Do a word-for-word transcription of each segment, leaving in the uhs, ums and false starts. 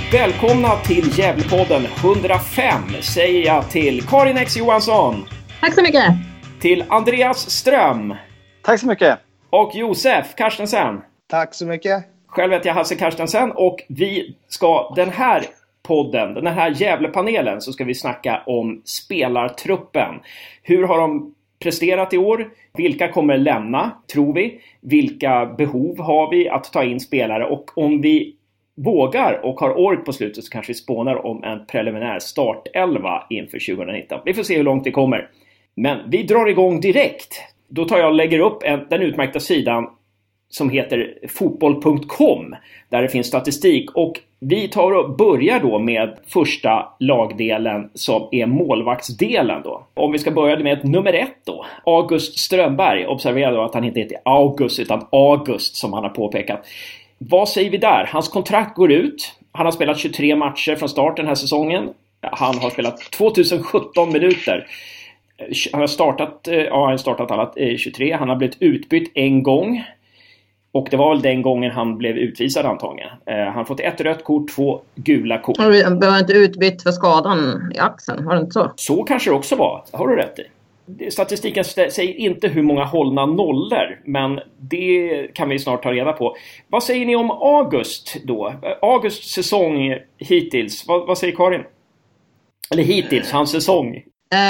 Välkomna till Gävlepodden hundrafem säger jag till Karin X Johansson. Tack så mycket. Till Andreas Ström. Tack så mycket. Och Josef Karstensen. Tack så mycket. Själv heter jag Hasse Karstensen och vi ska den här podden, den här Gävlepanelen, så ska vi snacka om spelartruppen. Hur har de presterat i år? Vilka kommer lämna, tror vi? Vilka behov har vi att ta in spelare? Och om vi vågar och har ork på slutet så kanske vi spånar om en preliminär startelva inför tjugonitton. Vi får se hur långt det kommer. Men vi drar igång direkt. Då tar jag och lägger upp en, den utmärkta sidan som heter fotboll punkt com, där det finns statistik. Och vi tar och börjar då med första lagdelen som är målvaktsdelen då. Om vi ska börja med ett nummer ett då. August Strömberg. Observera då att han inte heter August utan August som han har påpekat. Vad säger vi där? Hans kontrakt går ut. Han har spelat tjugotre matcher från start den här säsongen. Han har spelat tvåtusensjutton minuter. Han har startat, ja, han har startat alla tjugotre. Han har blivit utbytt en gång. Och det var väl den gången han blev utvisad antagligen. Han har fått ett rött kort, två gula kort. Han blev inte utbytt för skadan i axeln, var det inte så? Så kanske det också var, det har du rätt i. Statistiken säger inte hur många hållna nollor, men det kan vi snart ta reda på. Vad säger ni om August då? Augusts säsong hittills, vad, vad säger Karin? Eller hittills, hans säsong.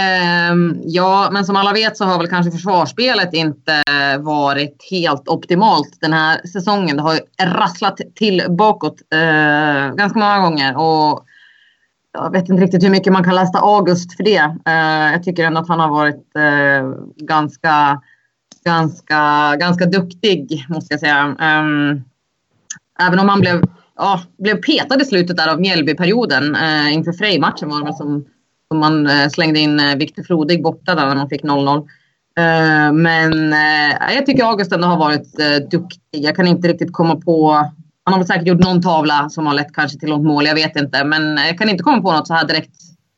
Um, ja, men som alla vet så har väl kanske försvarsspelet inte varit helt optimalt den här säsongen. Det har ju rasslat till bakåt uh, ganska många gånger och jag vet inte riktigt hur mycket man kan lasta August för det. Uh, jag tycker ändå att han har varit uh, ganska, ganska, ganska duktig, måste jag säga. Um, även om han blev, ja, blev petad i slutet där av Mjällby-perioden uh, inför Frej-matchen var det som som man uh, slängde in uh, Victor Frodig borta där när man fick noll noll. Uh, men uh, jag tycker August ändå har varit uh, duktig. Jag kan inte riktigt komma på... Han har väl säkert gjort någon tavla som har lett kanske till något mål, jag vet inte. Men jag kan inte komma på något så här direkt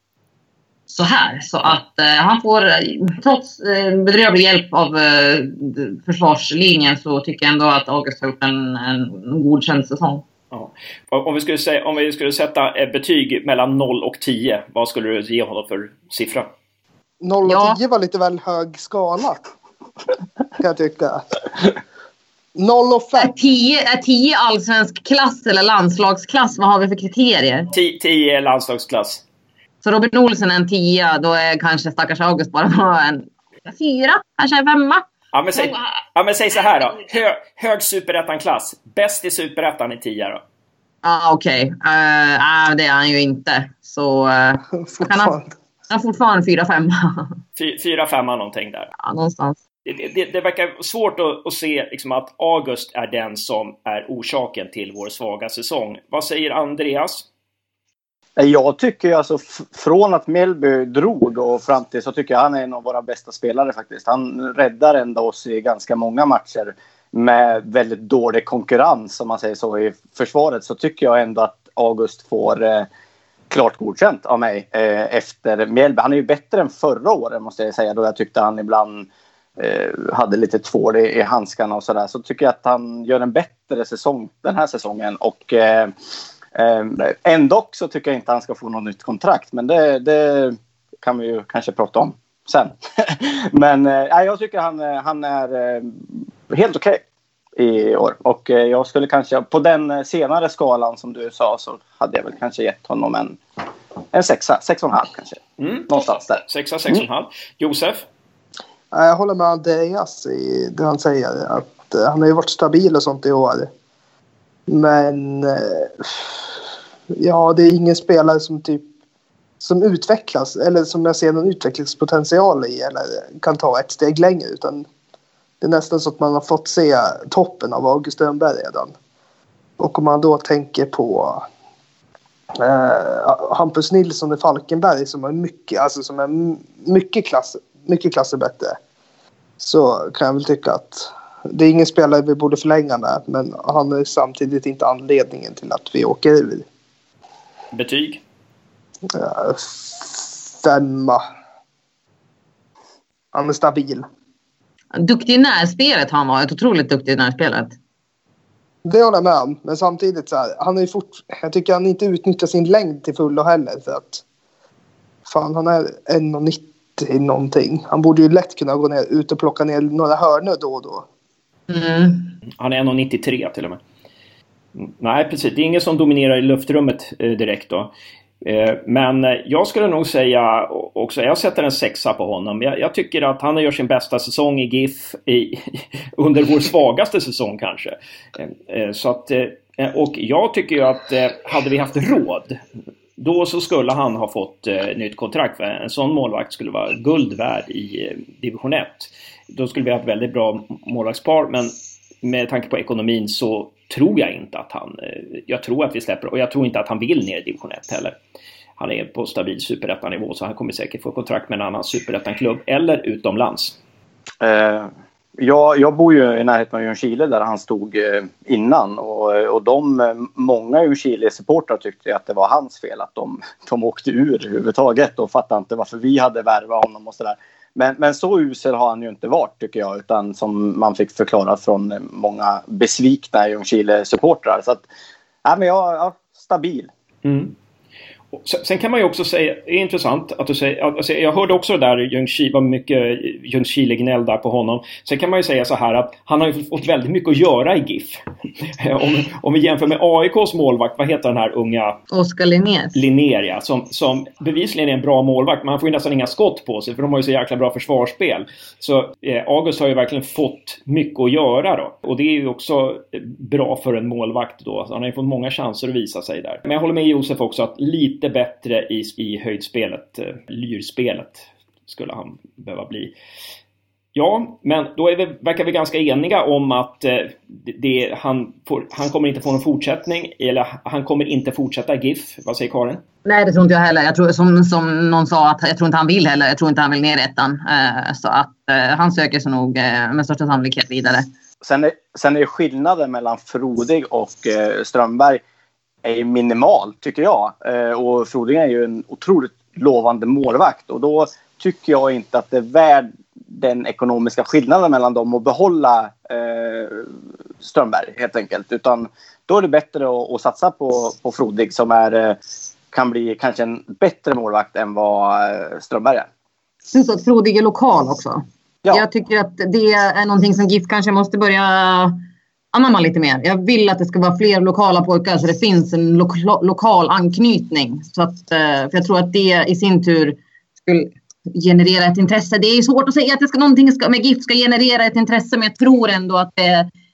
så här. Så att uh, han får, trots uh, bedrövlig hjälp av uh, försvarslinjen, så tycker jag ändå att August har gjort en, en godkänd säsong. Ja. Om vi skulle säga, om vi skulle sätta ett betyg mellan noll och tio, vad skulle du ge honom för siffra? noll och Ja. tio var lite väl hög skala, kan jag tycka. noll och fem. Är tio allsvensk klass eller landslagsklass? Vad har vi för kriterier? tio är landslagsklass. Så Robin Olsen är en tia, då är kanske stackars August bara en fyra, kanske en femma. Ja men, säg, ja men säg så här då. Hö, hög superettan-klass. Bäst i superettan i tio då. Ah, okej. Okay. Uh, uh, det är han ju inte. Så uh, kan han, han fortfarande fyra femma. fyra femma någonting där. Ja, någonstans. Det, det, det verkar svårt att, att se liksom, att August är den som är orsaken till vår svaga säsong. Vad säger Andreas? Jag tycker alltså f- från att Mjällby drog och fram till så tycker jag han är en av våra bästa spelare faktiskt. Han räddar ändå oss i ganska många matcher med väldigt dålig konkurrens, som man säger så, i försvaret. Så tycker jag ändå att August får eh, klart godkänt av mig eh, efter Mjällby. Han är ju bättre än förra året, måste jag säga, då jag tyckte han ibland eh, hade lite tvål i, i handskarna och sådär. Så tycker jag att han gör en bättre säsong den här säsongen och eh, Eh, ändå så tycker jag inte han ska få något nytt kontrakt, men det, det kan vi ju kanske prata om sen. Men eh, jag tycker han, han är eh, helt okej okay i år och eh, jag skulle kanske på den senare skalan som du sa så hade jag väl kanske gett honom en, en sexa, sex och en halv kanske. Mm. Någonstans där. Sexa, sex och en halv. Josef? Jag håller med Andreas i det han säger, att uh, han har ju varit stabil och sånt i år. Men uh, ja, det är ingen spelare som typ som utvecklas eller som jag ser någon utvecklingspotential i eller kan ta ett steg längre, utan det är nästan så att man har fått se toppen av August Strömberg redan. Och om man då tänker på uh, Hampus Nilsson i Falkenberg som är mycket, alltså som är mycket klass, mycket klasser bättre, så kan jag väl tycka att det är ingen spelare vi borde förlänga med, men han är samtidigt inte anledningen till att vi åker ur. Betyg? Uh, femma. Han är stabil. Duktig i närspelet har han varit. Otroligt duktig i närspelet. Det håller jag med om. Men samtidigt så här, han är ju fort, jag tycker han inte utnyttjar sin längd till fullo heller. För att fan, han är en komma nittio någonting. Han borde ju lätt kunna gå ner ut och plocka ner några hörnor då och då. Mm. Han är en komma nittiotre till och med. Nej, precis. Det är ingen som dominerar i luftrummet eh, direkt då. Eh, men jag skulle nog säga också, jag sätter en sexa på honom. Jag, jag tycker att han gör sin bästa säsong i GIF i, under vår svagaste säsong kanske. Eh, eh, så att, eh, och jag tycker ju att eh, hade vi haft råd, då så skulle han ha fått eh, nytt kontrakt. En sån målvakt skulle vara guld värd i eh, division ett. Då skulle vi ha ett väldigt bra målvaktspar, men med tanke på ekonomin så tror jag inte att han, jag tror att vi släpper, och jag tror inte att han vill ner i division ett heller. Han är på stabil superettanivå, så han kommer säkert få kontrakt med en annan superettan-klubb eller utomlands. Eh, jag, jag bor ju i närheten av Ljungskile där han stod eh, innan, och, och de, många Ljungskile-supportrar tyckte att det var hans fel att de, de åkte ur överhuvudtaget och fattade inte varför vi hade värvat honom och sådär. Men, men så usel har han ju inte varit, tycker jag, utan som man fick förklara från många besvikna Ljungskile-supportrar. Så att, ja, men jag är ja, stabil. Mm. Sen kan man ju också säga, det är intressant att du säger, alltså jag hörde också det där Ljungskile, var mycket Ljungskile-gnäll där på honom. Sen kan man ju säga så här att han har ju fått väldigt mycket att göra i GIF. om, om vi jämför med A I K:s målvakt, vad heter den här unga? Oskar Linnér. Linnér, ja, som, som bevisligen är en bra målvakt. Man får ju nästan inga skott på sig, för de har ju så jäkla bra försvarsspel. Så eh, August har ju verkligen fått mycket att göra då. Och det är ju också bra för en målvakt då. Han har ju fått många chanser att visa sig där. Men jag håller med Josef också att lite bättre i, i höjdspelet, eh, lyrspelet skulle han behöva bli. Ja, men då är vi, verkar vi ganska eniga om att eh, det, det, han, får, han kommer inte få någon fortsättning, eller han kommer inte fortsätta GIF. Vad säger Karin? Nej, det tror inte jag heller. Jag tror, som, som någon sa, att jag tror inte han vill heller. Jag tror inte han vill ner i ettan. Eh, så att eh, han söker sig nog eh, med största sannolikhet vidare. Sen är, sen är skillnaden mellan Frodig och eh, Strömberg är minimal, tycker jag. Eh, och Frodig är ju en otroligt lovande målvakt. Och då tycker jag inte att det är värd den ekonomiska skillnaden mellan dem och behålla eh, Strömberg helt enkelt. Utan då är det bättre att, att satsa på, på Frodig som är, kan bli kanske en bättre målvakt än vad eh, Strömberg är. Syns att Frodig är lokal också. Ja. Jag tycker att det är någonting som GIF kanske måste börja anamma lite mer. Jag vill att det ska vara fler lokala pojkar så det finns en lo- lokal anknytning. Så att, för jag tror att det i sin tur skulle generera ett intresse. Det är svårt att säga att det ska, någonting ska, med GIF ska generera ett intresse, men jag tror ändå att det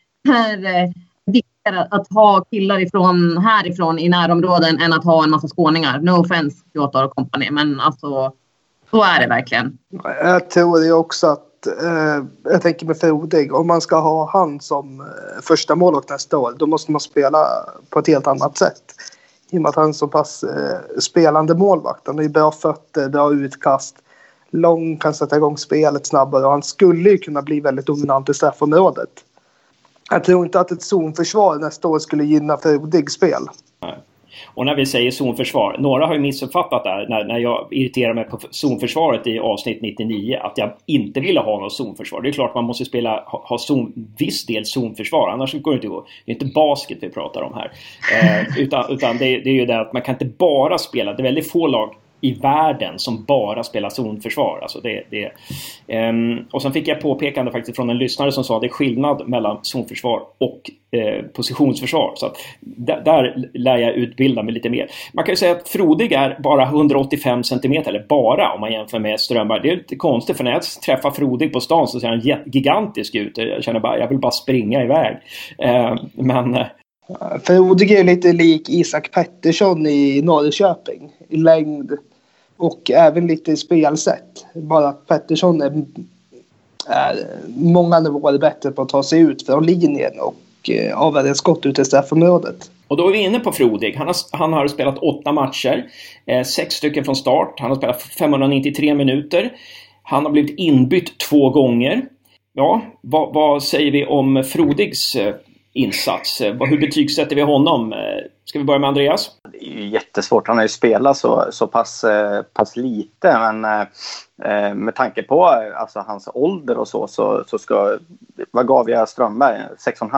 är viktigare att ha killar ifrån, härifrån i närområden än att ha en massa skåningar. No offense, Piotr och kompani, men alltså så är det verkligen. Jag tror ju också att eh, jag tänker med Frodig, om man ska ha han som eh, första målvakt nästa år, då måste man spela på ett helt annat sätt. I och med att han är så pass eh, spelande målvakt. Han har ju bra fötter, bra utkast. Lång, kan sätta igång spelet snabbare. Och han skulle ju kunna bli väldigt dominant i straffområdet. Jag tror inte att ett zonförsvar nästa år skulle gynna Frodigs spel. Nej. Och när vi säger zonförsvar, några har ju missuppfattat där när, när jag irriterar mig på zonförsvaret i avsnitt nittionio, att jag inte ville ha något zonförsvar. Det är klart man måste spela, ha, ha zon, viss del zonförsvar, annars går det inte gå. Det är inte basket vi pratar om här. Eh, utan utan det, det är ju det att man kan inte bara spela, det är väldigt få lag i världen som bara spelar zonförsvar. Alltså det, det, um, och sen fick jag påpekande faktiskt från en lyssnare som sa att det är skillnad mellan zonförsvar och eh, positionsförsvar. Så att d- där lär jag utbilda mig lite mer. Man kan ju säga att Frodig är bara hundraåttiofem centimeter, eller bara om man jämför med Strömberg. Det är lite konstigt, för när jag träffar Frodig på stan så ser han gigantisk ut. Jag känner bara, jag vill bara springa iväg. Uh, men... Frodig är lite lik Isak Pettersson i Norrköping i längd och även lite i spelsätt. Bara att Pettersson är, är många nivåer bättre på att ta sig ut från linjen och eh, avvärja skott ut i straffområdet. Och då är vi inne på Frodig. Han har, han har spelat åtta matcher, eh, sex stycken från start. Han har spelat femhundranittiotre minuter. Han har blivit inbytt två gånger. Ja, vad, vad säger vi om Frodigs eh, insats? Hur betygsätter vi honom? Ska vi börja med Andreas? Det är ju jättesvårt. Han har ju spelat så, så pass, pass lite. Men eh, med tanke på alltså, hans ålder och så, så, så ska, vad gav jag Strömberg? sex och en halv.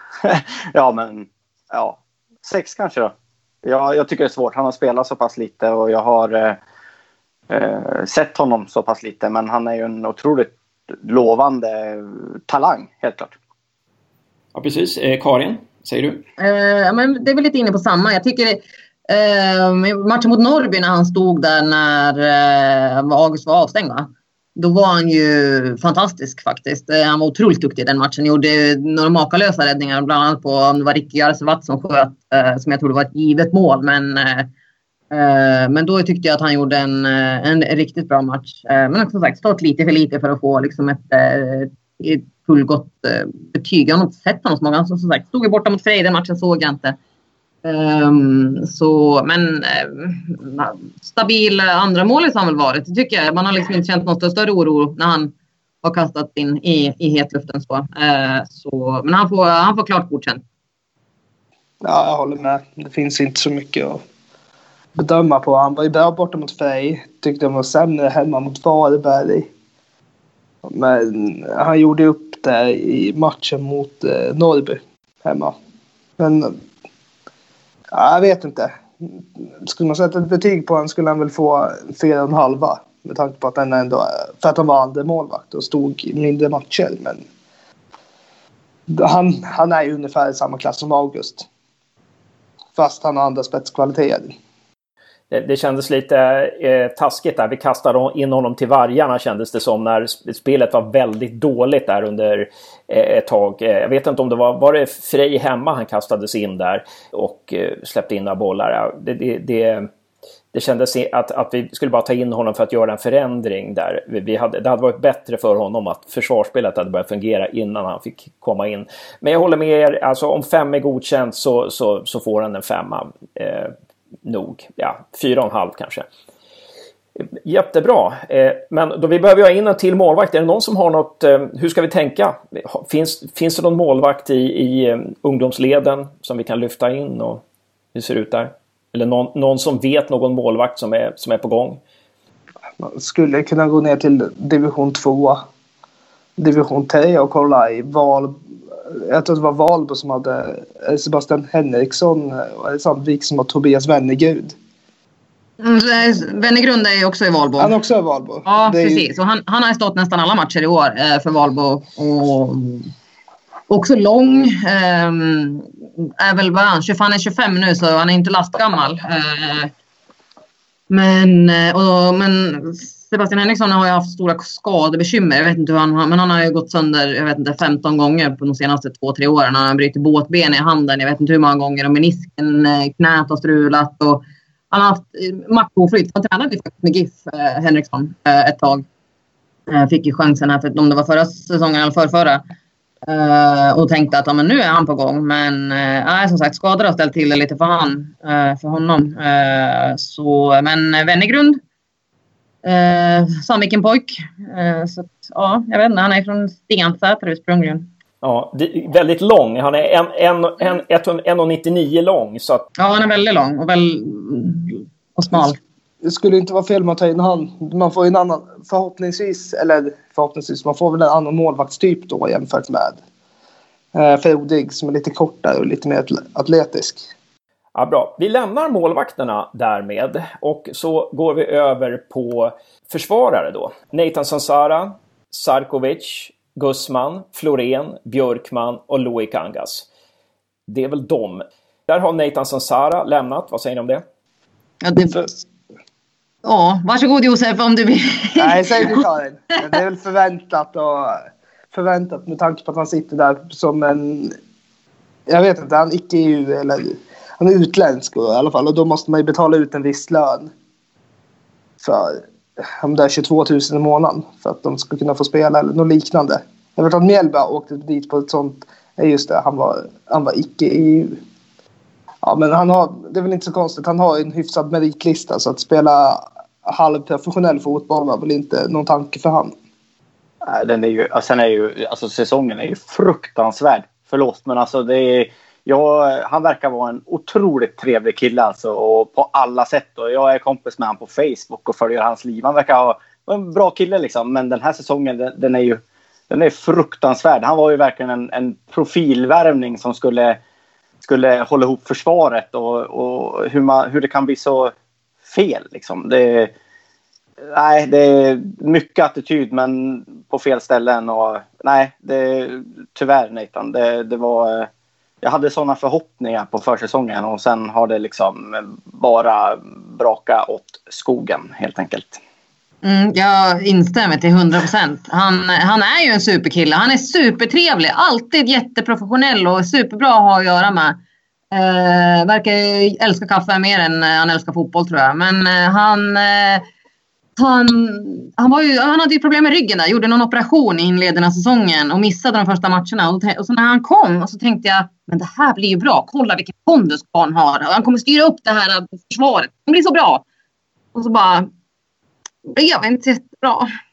ja, men ja, sex kanske då. Jag, jag tycker det är svårt. Han har spelat så pass lite och jag har eh, sett honom så pass lite. Men han är ju en otroligt lovande talang, helt klart. Ja, precis. Eh, Karin, säger du? Eh, men det är väl lite inne på samma. Jag tycker eh, matchen mot Norrby när han stod där när eh, August var avstängd, va? Då var han ju fantastisk faktiskt. Eh, han var otroligt duktig i den matchen. Gjorde några makalösa räddningar, bland annat på om det var Ricky Jarsevat som sköt, eh, som jag trodde var ett givet mål. Men, eh, eh, men då tyckte jag att han gjorde en, en riktigt bra match. Eh, men som sagt, stått lite för lite för att få liksom ett, ett fullgott eh, betyg. Jag har inte sett honom så många. Som sagt, stod ju borta mot Frej, den matchen såg jag inte. Um, så, men uh, stabil andra målet har han väl varit, det tycker jag. Man har liksom inte känt någon större oro när han har kastat in i, i hetluften så. Uh, så men han får, han får klart godkänt. Ja, jag håller med. Det finns inte så mycket att bedöma på. Han var ju bra borta mot Frej. Tyckte han var sämre hemma mot Varberg. Men han gjorde upp det i matchen mot eh, Norrby hemma. Men ja, jag vet inte. Skulle man sätta ett betyg på honom skulle han väl få fyra och en halva. Med tanke på att han ändå, för att han var andra målvakt och stod i mindre matcher. Men han, han är ju ungefär i samma klass som August. Fast han har andra spetskvaliteter. Det, det kändes lite eh, taskigt där. Vi kastade in honom till vargarna, kändes det som, när spelet var väldigt dåligt där under eh, ett tag. Eh, jag vet inte om det var, var det Frej hemma han kastades in där och eh, släppte in några bollar. Ja, det, det, det, det kändes att, att vi skulle bara ta in honom för att göra en förändring där. Vi, vi hade, det hade varit bättre för honom att försvarsspelet hade börjat fungera innan han fick komma in. Men jag håller med er, alltså om fem är godkänt så, så, så får han en femma. Eh, nog, ja, fyra och en halv kanske. Jättebra. Eh, men då vi behöver ha in en till målvakt. Är det någon som har något, eh, hur ska vi tänka? Finns, finns det någon målvakt i, i um, ungdomsleden som vi kan lyfta in, och hur ser det ut där? Eller någon, någon som vet någon målvakt som är, som är på gång? Man skulle kunna gå ner till division två, division tre och kolla i Val. Jag tror det var Valbo som hade Sebastian Henriksson och Sandvik som har Tobias Wennergrund. Mm, Wennergrund är också i Valbo. Han också är i Valbo. Ja, det är precis. Ju... Och han, han har stått nästan alla matcher i år eh, för Valbo. Och också lång. Eh, är väl bara, han är tjugofem nu, så han är inte lastgammal. Eh, men, och, men Sebastian Henriksson har ju haft stora skadebekymmer. Jag vet inte hur han, men han har ju gått sönder, jag vet inte, femton gånger på de senaste två, tre åren. Han har brutit båtben i handen, jag vet inte hur många gånger. Och menisken, knät har strulat. Och han har haft maktoflyt. Han tränade ju faktiskt med GIF, eh, Henriksson, eh, ett tag. Eh, fick ju chansen här, för om det var förra säsongen eller för förra. Uh, och tänkte att ja, men nu är han på gång. Men uh, som sagt, skador har ställt till det lite för, han, uh, för honom. Uh, så, men Wennergrund, uh, Sandviken pojk. Uh, så att, ja, jag vet inte, han är från Stensäter ursprungligen. Ja, det, väldigt lång. Han är en, en, en, en komma nittionio lång. Så att... Ja, han är väldigt lång och, väl, och smal. Det skulle inte vara fel med att ta in han. Man får en annan, förhoppningsvis, eller förhoppningsvis, man får väl en annan målvaktstyp då jämfört med eh, Frodig som är lite kortare och lite mer atletisk. Ja, bra. Vi lämnar målvakterna därmed och så går vi över på försvarare då. Nathan Sansara, Sarkovic, Gussman, Florén, Björkman och Louis Kangas. Det är väl dem. Där har Nathan Sansara lämnat. Vad säger ni om det? Ja, det... För... Ja, varsågod Josef om du vill. Nej, säg du Karin. Det är väl förväntat och förväntat med tanke på att han sitter där som en, jag vet inte, han icke E U eller han är utländsk i alla fall, och då måste man ju betala ut en viss lön för om det är tjugotvå tusen i månaden för att de ska kunna få spela eller något liknande. Jag vet att Mjällby åkte dit på ett sånt, just det, han var, han var icke E U. Ja, men han har, det är väl inte så konstigt, han har en hyfsad meritlista, så att spela halvprofessionell fotboll var väl inte någon tanke för han. Nej, den är ju, alltså, sen är ju, alltså säsongen är ju fruktansvärd. Förlåt, men alltså det är, jag, han verkar vara en otroligt trevlig kille alltså, och på alla sätt. Och jag är kompis med han på Facebook och följer hans liv. Han verkar ha en bra kille liksom, men den här säsongen den, den är ju den är fruktansvärd. Han var ju verkligen en, en profilvärvning som skulle, skulle hålla ihop försvaret och, och hur, man, hur det kan bli så fel. Liksom. Det, nej, det är mycket attityd men på fel ställen. Och, nej, det, tyvärr Nathan. Det, det var, jag hade sådana förhoppningar på försäsongen och sen har det liksom bara braka åt skogen helt enkelt. Mm, jag instämmer till hundra procent. Han, han är ju en superkille. Han är supertrevlig. Alltid jätteprofessionell och superbra att ha att göra med. Eh, verkar älska kaffe mer än han älskar fotboll tror jag. Men eh, han, eh, han, han, var ju, han hade ju problem med ryggen där. Gjorde någon operation i inledningen av säsongen och missade de första matcherna. Och, och så när han kom så tänkte jag, men det här blir ju bra. Kolla vilken pondus han har. Han kommer styra upp det här försvaret. Det blir så bra. Och så bara... Det blev inte jättebra.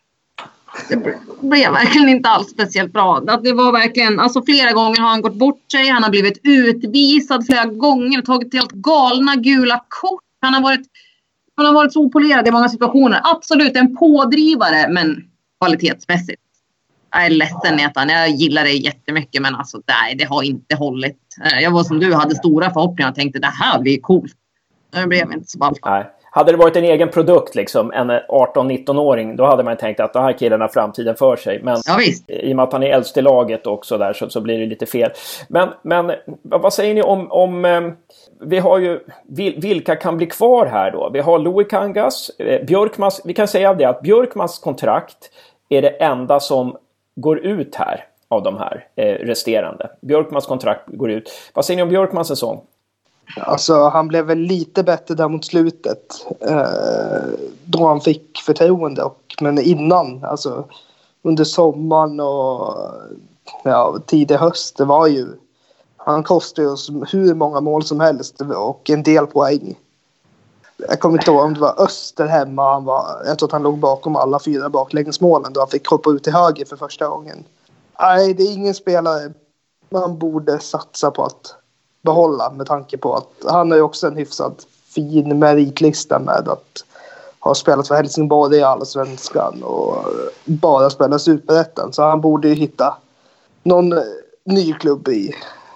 Det blev verkligen inte alls speciellt bra. Det var verkligen, alltså flera gånger har han gått bort sig. Han har blivit utvisad flera gånger och tagit helt galna gula kort. Han har varit, han har varit så opolerad i många situationer. Absolut en pådrivare, men kvalitetsmässigt. Jag är ledsen Nathan, jag gillar det jättemycket, men alltså nej, det har inte hållit. Jag var som du, hade stora förhoppningar och tänkte det här blir coolt. Det blev inte så ballt. Nej. Hade det varit en egen produkt, liksom, en arton-nitton-åring, då hade man tänkt att den här killen har framtiden för sig. Men ja, visst. I och med att han är äldst i laget också där, så, så blir det lite fel. Men, men vad säger ni om... om eh, vi har ju... Vil, vilka kan bli kvar här då? Vi har Louis Kangas, eh, Björkmans... Vi kan säga det att Björkmans kontrakt är det enda som går ut här av de här eh, resterande. Björkmans kontrakt går ut. Vad säger ni om Björkmans säsong? Alltså han blev väl lite bättre där mot slutet eh, då han fick förtroende och, men innan alltså under sommaren och ja, tidig höst det var ju han kostade oss hur många mål som helst och en del poäng. Jag kommer inte ihåg om det var Öster hemma han var, jag tror att han låg bakom alla fyra baklängesmålen då han fick hoppa ut till höger för första gången. Nej, det är ingen spelare man borde satsa på att behålla med tanke på att han har ju också en hyfsad fin meritlista med att ha spelat för Helsingborg i Allsvenskan och bara spelat Superettan. Så han borde ju hitta någon ny klubb i,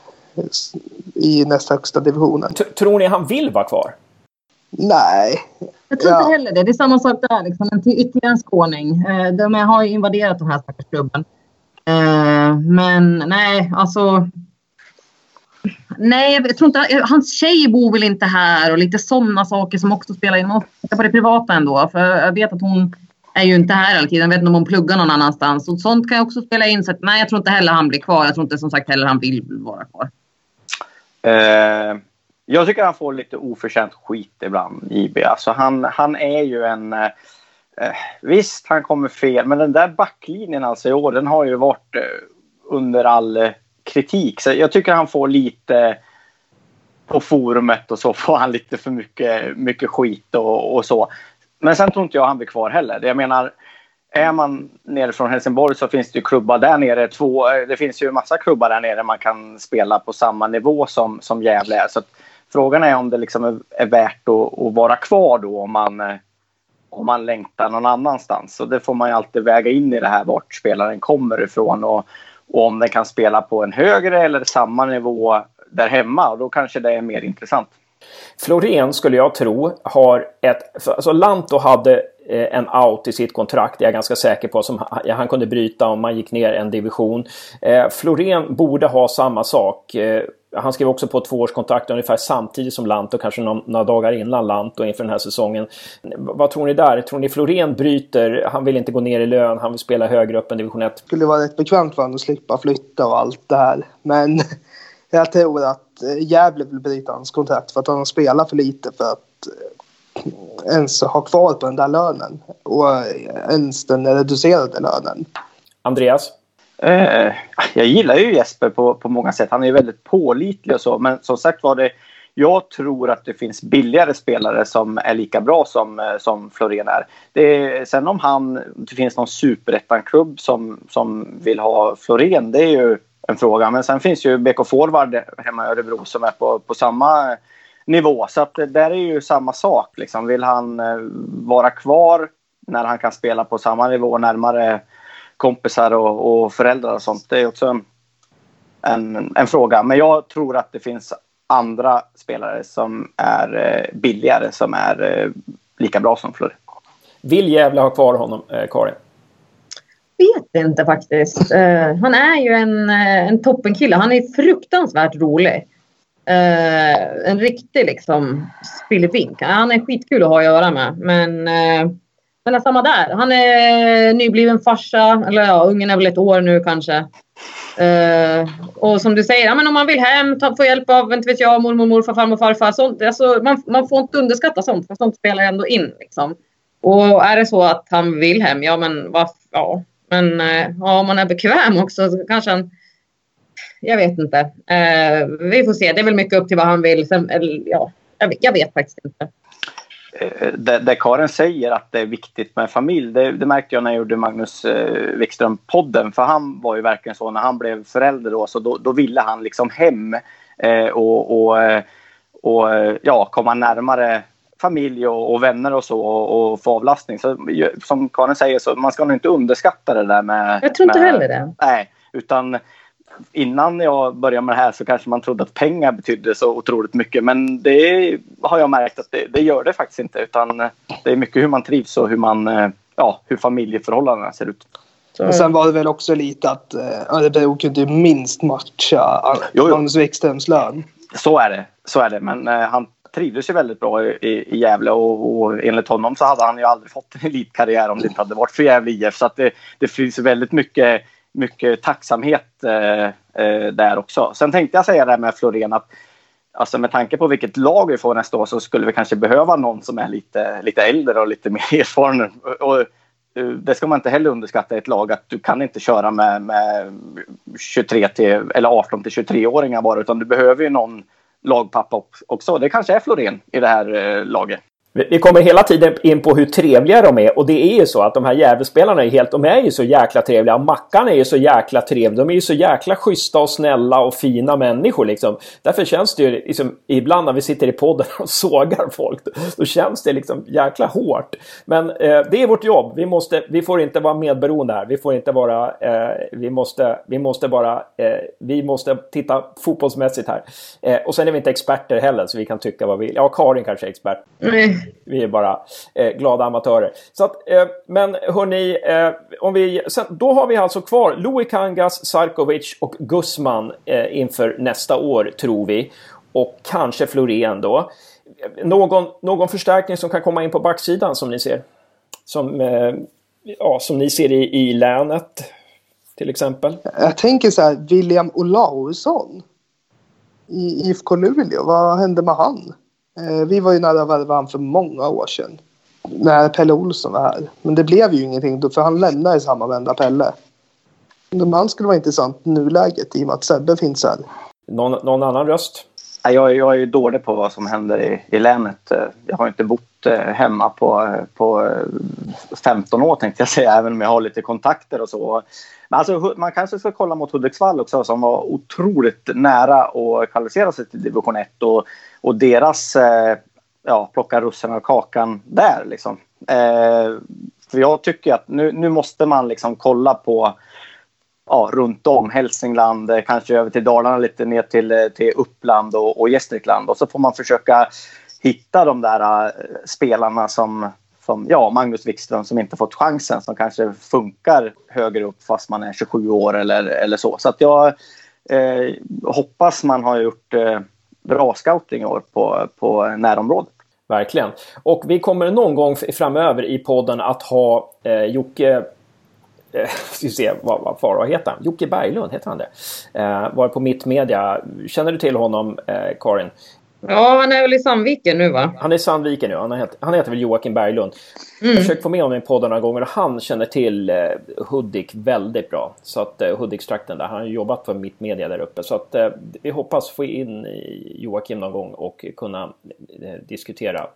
i nästa högsta divisionen. T- tror ni han vill vara kvar? Nej. Jag tror ja. inte heller det. Det är samma sak där. Liksom. En ytterligare en skåning. De har ju invaderat den här stackars klubben. Men nej, alltså... Nej, jag tror inte... Hans tjej bor väl inte här och lite sådana saker som också spelar in. Man måste på det privata ändå. För jag vet att hon är ju inte här hela tiden. Jag vet inte om hon pluggar någon annanstans. Och sånt kan jag också spela in. Så att, nej, jag tror inte heller han blir kvar. Jag tror inte som sagt heller han vill vara kvar. Eh, jag tycker han får lite oförtjänt skit ibland, J B. Alltså han, han är ju en... Eh, visst, han kommer fel. Men den där backlinjen alltså i år, den har ju varit eh, under all... Eh, kritik. Så jag tycker han får lite på forumet och så får han lite för mycket, mycket skit och, och så. Men sen tror inte jag han blir kvar heller. Jag menar, är man nere från Helsingborg så finns det ju klubbar där nere. Två, det finns ju en massa klubbar där nere man kan spela på samma nivå som, som Gävle är. Så att frågan är om det liksom är, är värt att, att vara kvar då om man, om man längtar någon annanstans. Så det får man ju alltid väga in i det här vart spelaren kommer ifrån och Och om den kan spela på en högre eller samma nivå där hemma. Och då kanske det är mer intressant. Florén skulle jag tro har ett... Alltså Lanto hade en out i sitt kontrakt. Jag är ganska säker på som han kunde bryta om man gick ner en division. Florén borde ha samma sak. Han skrev också på ett tvåårskontrakt ungefär samtidigt som Lanto. Kanske några dagar innan Lanto inför den här säsongen. Vad tror ni där? Tror ni Florén bryter? Han vill inte gå ner i lön. Han vill spela högre upp än division ett. Det skulle vara rätt bekvämt för honom att slippa flytta och allt det här. Men jag tror att Gävle vill bryta hans kontrakt för att han spelar för lite för att ens ha kvar på den där lönen. Och ens den reducerade lönen. Andreas? Eh, jag gillar ju Jesper på, på många sätt. Han är ju väldigt pålitlig och så. Men som sagt var det... Jag tror att det finns billigare spelare som är lika bra som, som Florén är. Det är. Sen om han, det finns någon superettan-klubb som, som vill ha Florén, det är ju en fråga. Men sen finns ju B K Forward hemma i Örebro som är på, på samma nivå. Så att det där är ju samma sak. Liksom. Vill han vara kvar när han kan spela på samma nivå närmare kompisar och, och föräldrar och sånt. Det är också en, en, en fråga. Men jag tror att det finns andra spelare som är eh, billigare, som är eh, lika bra som Fleury. Vill Gävle ha kvar honom, eh, Karin? Vet inte faktiskt. Uh, han är ju en, en toppenkille. Han är fruktansvärt rolig. Uh, en riktig liksom spillevink. Han är skitkul att ha att göra med. Men, uh, men det är samma där. Han är nybliven farsa. Eller ja, ungen är väl ett år nu kanske. Uh, och som du säger, ja, men om man vill hem, ta, få hjälp av inte vet jag, mormor, morfar, farmor, farfar. Sånt, alltså, man, man får inte underskatta sånt. För sånt spelar ändå in. Liksom. Och är det så att han vill hem, ja men vad, ja. Men ja, om man är bekväm också så kanske han... Jag vet inte. Eh, vi får se. Det är väl mycket upp till vad han vill. Sen, eller, ja, jag vet, jag vet faktiskt inte. Det, det Karin säger att det är viktigt med familj, det, det märkte jag när jag gjorde Magnus eh, Wikström-podden. För han var ju verkligen så, när han blev förälder då, så då, då ville han liksom hem eh, och, och, och ja, komma närmare familj och, och vänner och så och, och få avlastning. Så som Karin säger, så man ska nog inte underskatta det där med... Jag tror inte med, heller det. Nej, utan innan jag började med det här så kanske man trodde att pengar betydde så otroligt mycket. Men det har jag märkt att det, det gör det faktiskt inte. Utan det är mycket hur man trivs och hur man, ja, hur familjeförhållandena ser ut. Men sen var det väl också lite att äh, det blev kunde minst matcha Magnus Wikströms lön. Så är det, så är det. Men äh, han trivdes ju väldigt bra i, i Gävle och, och enligt honom så hade han ju aldrig fått en elitkarriär om det inte hade varit för Gävle I F. Så att det, det finns väldigt mycket, mycket tacksamhet eh, eh, där också. Sen tänkte jag säga det här med Florén att alltså med tanke på vilket lag vi får nästa år så skulle vi kanske behöva någon som är lite, lite äldre och lite mer erfaren. Och det ska man inte heller underskatta i ett lag, att du kan inte köra med, med tjugotre till, eller arton till tjugotre-åringar bara, utan du behöver ju någon lagpappa också. Det kanske är Florén i det här eh, laget. Vi kommer hela tiden in på hur trevliga de är. Och det är ju så att de här Gävlespelarna är helt, de är ju så jäkla trevliga. Mackan är ju så jäkla trevlig. De är ju så jäkla schyssta och snälla och fina människor liksom. Därför känns det ju liksom, ibland när vi sitter i podden och sågar folk, då känns det liksom jäkla hårt. Men eh, det är vårt jobb. Vi, måste, vi får inte vara medberoende här. Vi får inte vara eh, vi måste vi måste bara eh, vi måste titta fotbollsmässigt här. Eh, och sen är vi inte experter heller, så vi kan tycka vad vi vill. Ja, Karin kanske är expert. Mm. Vi är bara eh, glada amatörer. Så att, eh, men hörni, eh, om vi, sen, då har vi alltså kvar Louis Kangas, Sarkovic och Guzman eh, inför nästa år, tror vi. Och kanske Florén då. Någon, någon förstärkning som kan komma in på backsidan som ni ser? Som, eh, ja, som ni ser i, i länet till exempel? Jag tänker så här, William Olausson i I F K Luleå, vad hände med han? Vi var ju nära att värva han för många år sedan, när Pelle Olsson var här. Men det blev ju ingenting då, för han lämnade i samma vända Pelle. Men han skulle vara intressant nuläget i och med att Sebbe finns här. Någon, någon annan röst? Jag, jag är ju dålig på vad som händer i, i länet. Jag har inte bott hemma på, på femton år, tänkte jag säga, även om jag har lite kontakter och så. Men alltså, man kanske ska kolla mot Hudiksvall också, som var otroligt nära att kvalificera sig till division ett. Och, och deras, eh, ja, plocka russen av kakan där liksom. Eh, för jag tycker att nu, nu måste man liksom kolla på, ja, runt om Hälsingland, kanske över till Dalarna, lite ner till, till Uppland och, och Gästrikland. Och så får man försöka hitta de där uh, spelarna som, som ja, Magnus Wikström, som inte fått chansen, som kanske funkar högre upp fast man är tjugosju år eller, eller så. Så att jag eh, hoppas man har gjort eh, bra scouting i år på, på närområdet. Verkligen. Och vi kommer någon gång framöver i podden att ha eh, Jocke Eh, ska vi se, vad, vad far vad heter han? Jocke Berglund, heter han det? Eh, var på Mitt Media. Känner du till honom, eh, Karin? Ja, han är väl i Sandviken nu, va? Han är i Sandviken nu. Han heter, han heter väl Joakim Berglund. Mm. Jag har försökt få med honom i podden några gånger och han känner till eh, Hudik väldigt bra. Så att eh, Hudikstrakten där, han har jobbat för Mitt Media där uppe. Så att eh, vi hoppas få in Joakim någon gång och kunna eh, diskutera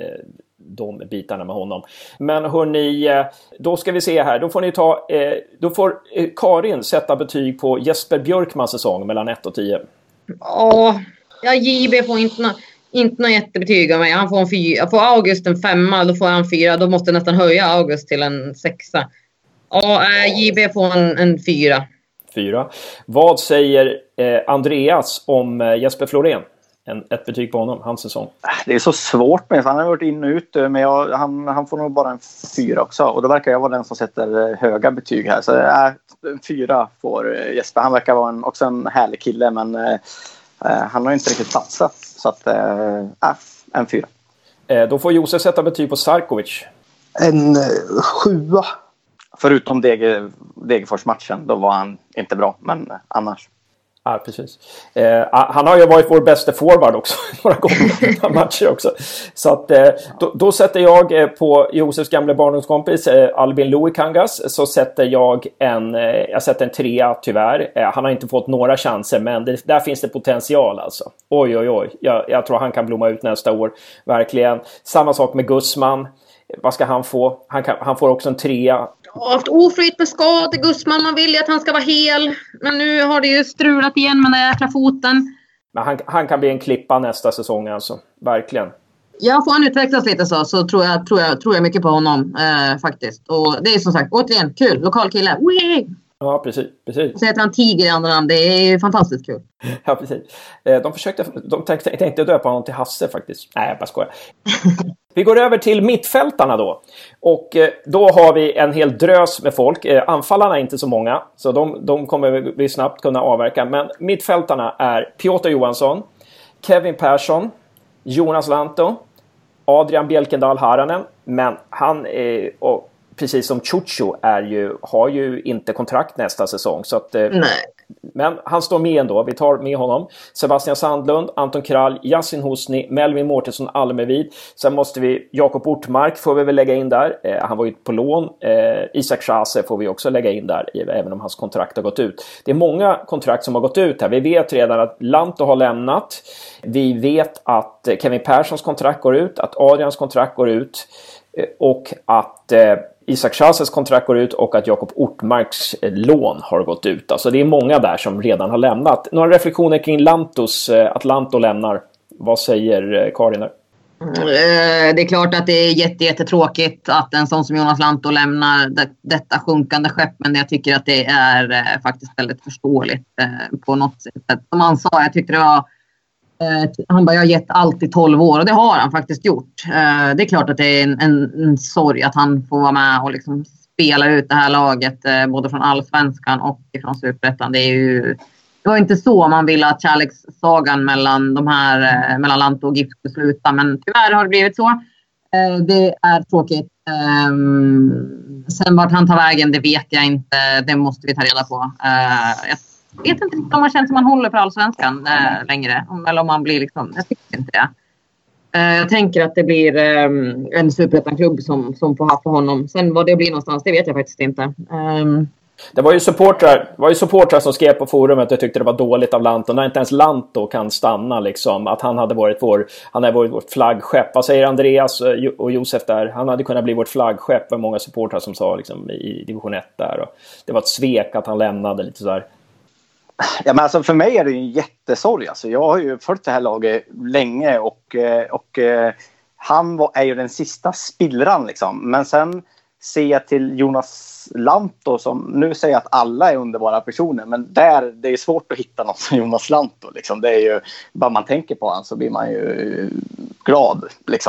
de bitarna med honom. Men hörni, då ska vi se här. Då får ni ta, då får Karin sätta betyg på Jesper Björkmans säsong mellan ett och tio. Ja, jag J B får inte inte något jättebetyg av mig. Han får en fyra. Får August en femma, då får han fyra. Då måste jag nästan höja August till en sexa. Ja, äh, J B får en, en fyra. Fyra. Vad säger eh, Andreas om eh, Jesper Florén? En, ett betyg på honom, hans säsong. Det är så svårt med, för han har varit in och ut, men jag, han, han får nog bara en fyra också. Och då verkar jag vara den som sätter höga betyg här. Så äh, en fyra får Jesper. Han verkar vara en, också en härlig kille, men äh, han har inte riktigt platsat. Så att, äh, en fyra. Eh, då får Josef sätta betyg på Sarkovic. En eh, sjua. Förutom Dege, Degerfors-matchen, då var han inte bra, men annars. Ja, precis. Eh, han har ju varit vår bästa forward också några gånger några matcher också. Så att, eh, då, då sätter jag eh, på Josefs gamla barndomskompis eh, Albin Louis-Kangas, så sätter jag en, eh, jag sätter en trea tyvärr. Eh, han har inte fått några chanser, men det, där finns det potential alltså. Oj, oj, oj. Jag, jag tror han kan blomma ut nästa år. Verkligen. Samma sak med Gussman. Vad ska han få? Han, kan, han får också en trea. Jag har haft oflyt med skador, Gussman. Man vill ju att han ska vara hel. Men nu har det ju strulat igen med den jäkla foten. Men han, han kan bli en klippa nästa säsong alltså. Verkligen. Ja, får han utvecklas lite så, så tror jag, tror jag, tror jag mycket på honom eh, faktiskt. Och det är som sagt, återigen, kul. Lokal kille. Wee! Ja, precis. precis. Så heter han Tiger i andra namn. Det är fantastiskt kul. Ja, precis. De försökte, de tänkte, tänkte döpa honom till Hasse faktiskt. Nej, jag bara skojar. Vi går över till mittfältarna då. Och då har vi en hel drös med folk. Anfallarna är inte så många, så de, de kommer vi snabbt kunna avverka. Men mittfältarna är Piotr Johansson, Kevin Persson, Jonas Lantto, Adrian Bjelkendal Haranen. Men han är... Och, precis som Chucho är ju, har ju inte kontrakt nästa säsong. Så att, Nej. Men han står med ändå. Vi tar med honom. Sebastian Sandlund, Anton Krall, Yasin Hosni, Melvin Mårtensson Almevid. Sen måste vi, Jakob Ortmark får vi väl lägga in där. Eh, han var ju på lån. Eh, Isak Chase får vi också lägga in där, även om hans kontrakt har gått ut. Det är många kontrakt som har gått ut här. Vi vet redan att Lantto har lämnat. Vi vet att Kevin Perssons kontrakt går ut. Att Adrians kontrakt går ut. Eh, och att... Eh, Isak Chases kontrakt går ut och att Jakob Ortmarks lån har gått ut. Alltså det är många där som redan har lämnat. Några reflektioner kring Lantos, att Lantto lämnar. Vad säger Karin där? Det är klart att det är jätte, jättetråkigt att en sån som Jonas Lantto lämnar det, detta sjunkande skepp. Men jag tycker att det är eh, faktiskt väldigt förståeligt eh, på något sätt. Som han sa, jag tyckte det var... Eh, han bara, jag har gett allt i tolv år, och det har han faktiskt gjort. Eh, det är klart att det är en, en, en sorg att han får vara med och liksom spela ut det här laget, eh, både från Allsvenskan och från Superettan. Det är ju, det var inte så man ville att kärlekssagan mellan de här eh, mellan Lantto och GIF skulle sluta, men tyvärr har det blivit så. Eh, det är tråkigt. Eh, sen vart han tar vägen, det vet jag inte. Det måste vi ta reda på. Eh, jag Jag vet inte om man känner som man håller för Allsvenskan äh, längre. Eller om man blir liksom... Jag tycker inte det. Äh, jag tänker att det blir äh, en superettan-klubb som, som får ha för honom. Sen vad det blir någonstans, det vet jag faktiskt inte. Ähm. Det var ju supportrar, var ju supportrar som skrev på forumet och tyckte det var dåligt av Lantto. När inte ens Lantto kan stanna liksom. Att han hade varit vår, han hade varit vårt flaggskepp. Vad säger Andreas och Josef där? Han hade kunnat bli vårt flaggskepp. Var många supportrar som sa liksom, i division ett där. Och det var ett svek att han lämnade lite sådär. Ja, men alltså för mig är det ju en jättesorg. Alltså jag har ju följt det här laget länge och, och han var, är ju den sista spillran liksom. Men sen ser jag till Jonas Lantto som nu säger att alla är underbara personer, men där det är svårt att hitta något som Jonas Lantto liksom. Det är ju bara man tänker på han så blir man ju glad liksom.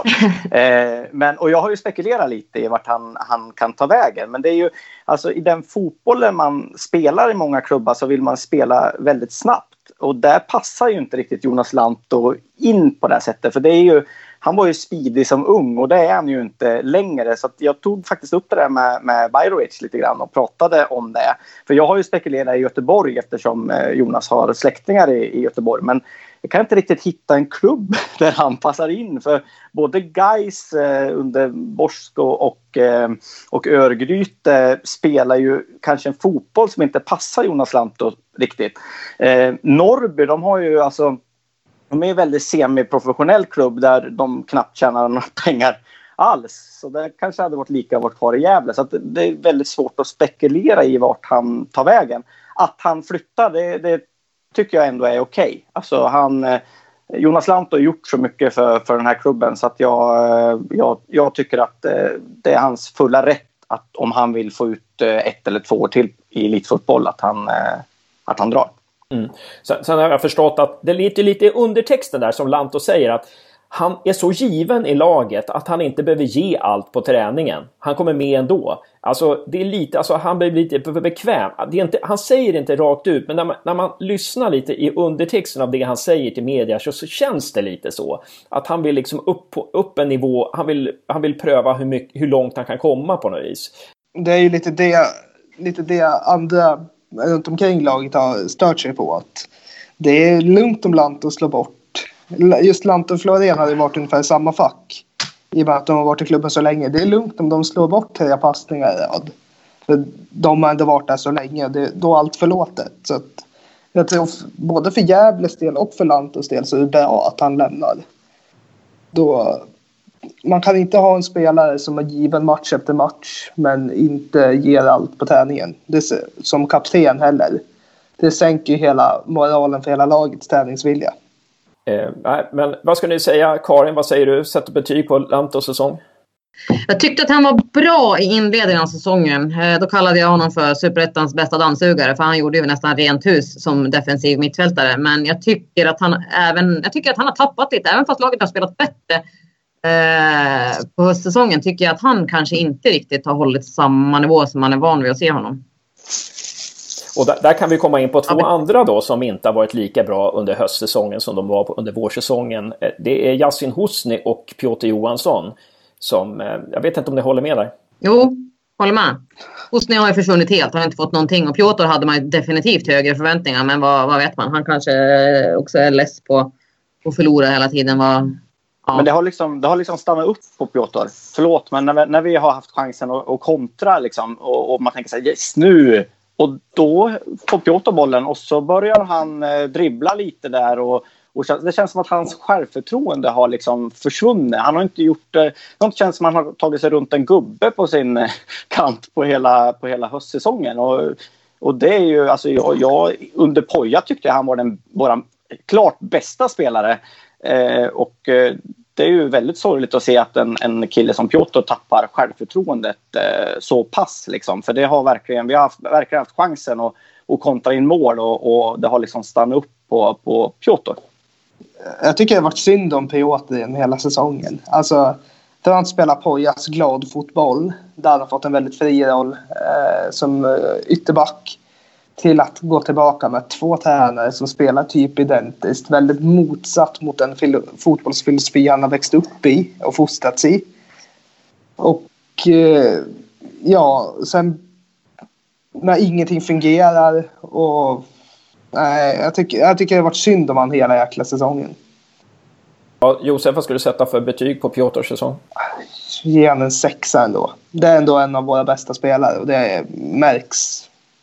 eh, men och jag har ju spekulerat lite i vart han, han kan ta vägen, men det är ju alltså i den fotbollen man spelar i många klubbar så vill man spela väldigt snabbt, och där passar ju inte riktigt Jonas Lantto in på det här sättet, för det är ju han var ju speedy som ung och det är han ju inte längre. Så att jag tog faktiskt upp det där med, med Bajrovic lite grann och pratade om det. För jag har ju spekulerat i Göteborg eftersom Jonas har släktingar i, i Göteborg. Men jag kan inte riktigt hitta en klubb där han passar in. För både Gais eh, under Borsko och, eh, och Örgryte spelar ju kanske en fotboll som inte passar Jonas Lantto riktigt. Eh, Norrby, de har ju alltså... De är en väldigt semi-professionell klubb där de knappt tjänar några pengar alls. Så det kanske hade varit lika varit kvar i Gävle. Så att det är väldigt svårt att spekulera i vart han tar vägen. Att han flyttar, det, det tycker jag ändå är okej. Okay. Alltså han, Jonas Lantto har gjort så mycket för, för den här klubben så att jag, jag, jag tycker att det är hans fulla rätt att om han vill få ut ett eller två år till i elitfotboll att han, att han drar. Mm. Sen, sen har jag förstått att det är lite, lite undertexten där som Lanto säger att han är så given i laget att han inte behöver ge allt på träningen. Han kommer med ändå. Alltså det är lite, alltså han blir lite bekväm. Det är inte, han säger inte rakt ut, men när man, när man lyssnar lite i undertexten av det han säger till media så, så känns det lite så. Att han vill liksom upp, på, upp en nivå, han vill, han vill pröva hur, mycket, hur långt han kan komma på något vis. Det är ju lite det, lite det andra runt omkring laget har stört sig på. Att det är lugnt om Lanto slår bort. Just Lanto och Florén hade varit ungefär samma fack i och med att de har varit i klubben så länge. Det är lugnt om de slår bort tre passningar i rad. För de har ändå varit där så länge. Det är då allt förlåtet. Så att jag tror både för Gävles del och för Lantos del så är det bra att han lämnar. Då, man kan inte ha en spelare som är given match efter match men inte ger allt på träningen. Det är, som kapten heller. Det sänker hela moralen för hela lagets tävlingsvilja. Eh, nej, men vad ska ni säga, Karin? Vad säger du? Sätter betyg på Lantos säsong? Jag tyckte att han var bra i inledningen av säsongen. Eh, då kallade jag honom för Superettans bästa dammsugare. För han gjorde ju nästan rent hus som defensiv mittfältare. Men jag tycker att han även jag tycker att han har tappat lite. Även fast laget har spelat bättre eh, på höstsäsongen tycker jag att han kanske inte riktigt har hållit samma nivå som man är van vid att se honom. Och där, där kan vi komma in på två andra då som inte har varit lika bra under höstsäsongen som de var på, under vårsäsongen. Det är Yasin Husni och Piotr Johansson som, jag vet inte om ni håller med där. Jo, håller med. Husni har ju försvunnit helt, han har inte fått någonting. Och Piotr hade man ju definitivt högre förväntningar, men vad, vad vet man? Han kanske också är less på att förlora hela tiden. Vad, ja. Men det har, liksom, det har liksom stannat upp på Piotr. Förlåt, men när vi, när vi har haft chansen att, att kontra liksom, och, och man tänker så här, yes, nu... Och då får Piotr bollen och så börjar han eh, dribbla lite där och, och det känns som att hans självförtroende har liksom försvunnit. Han har inte gjort eh, det känns som att han har tagit sig runt en gubbe på sin eh, kant på hela, på hela höstsäsongen. Och, och det är ju, alltså jag, jag under Poja tyckte jag han var den våran klart bästa spelare. Eh, och eh, det är ju väldigt sorgligt att se att en, en kille som Piotr tappar självförtroendet eh, så pass. Liksom. För det har verkligen, vi har haft, verkligen haft chansen att, att kontra in mål och, och det har liksom stannat upp på, på Piotr. Jag tycker det har varit synd om Piotr hela säsongen. Alltså, där han spelar Pojas glad fotboll. Där han har fått en väldigt fri roll eh, som ytterback. Till att gå tillbaka med två tränare som spelar typ identiskt. Väldigt motsatt mot den fil- fotbollsfilosofi han har växt upp i och fostrats i. Och eh, ja, sen när ingenting fungerar och nej, jag tycker, jag tycker det har varit synd om han hela jäkla säsongen. Ja, Josef, vad skulle du sätta för betyg på Piotrs säsong? Ge han en sexa ändå. Det är ändå en av våra bästa spelare och det märks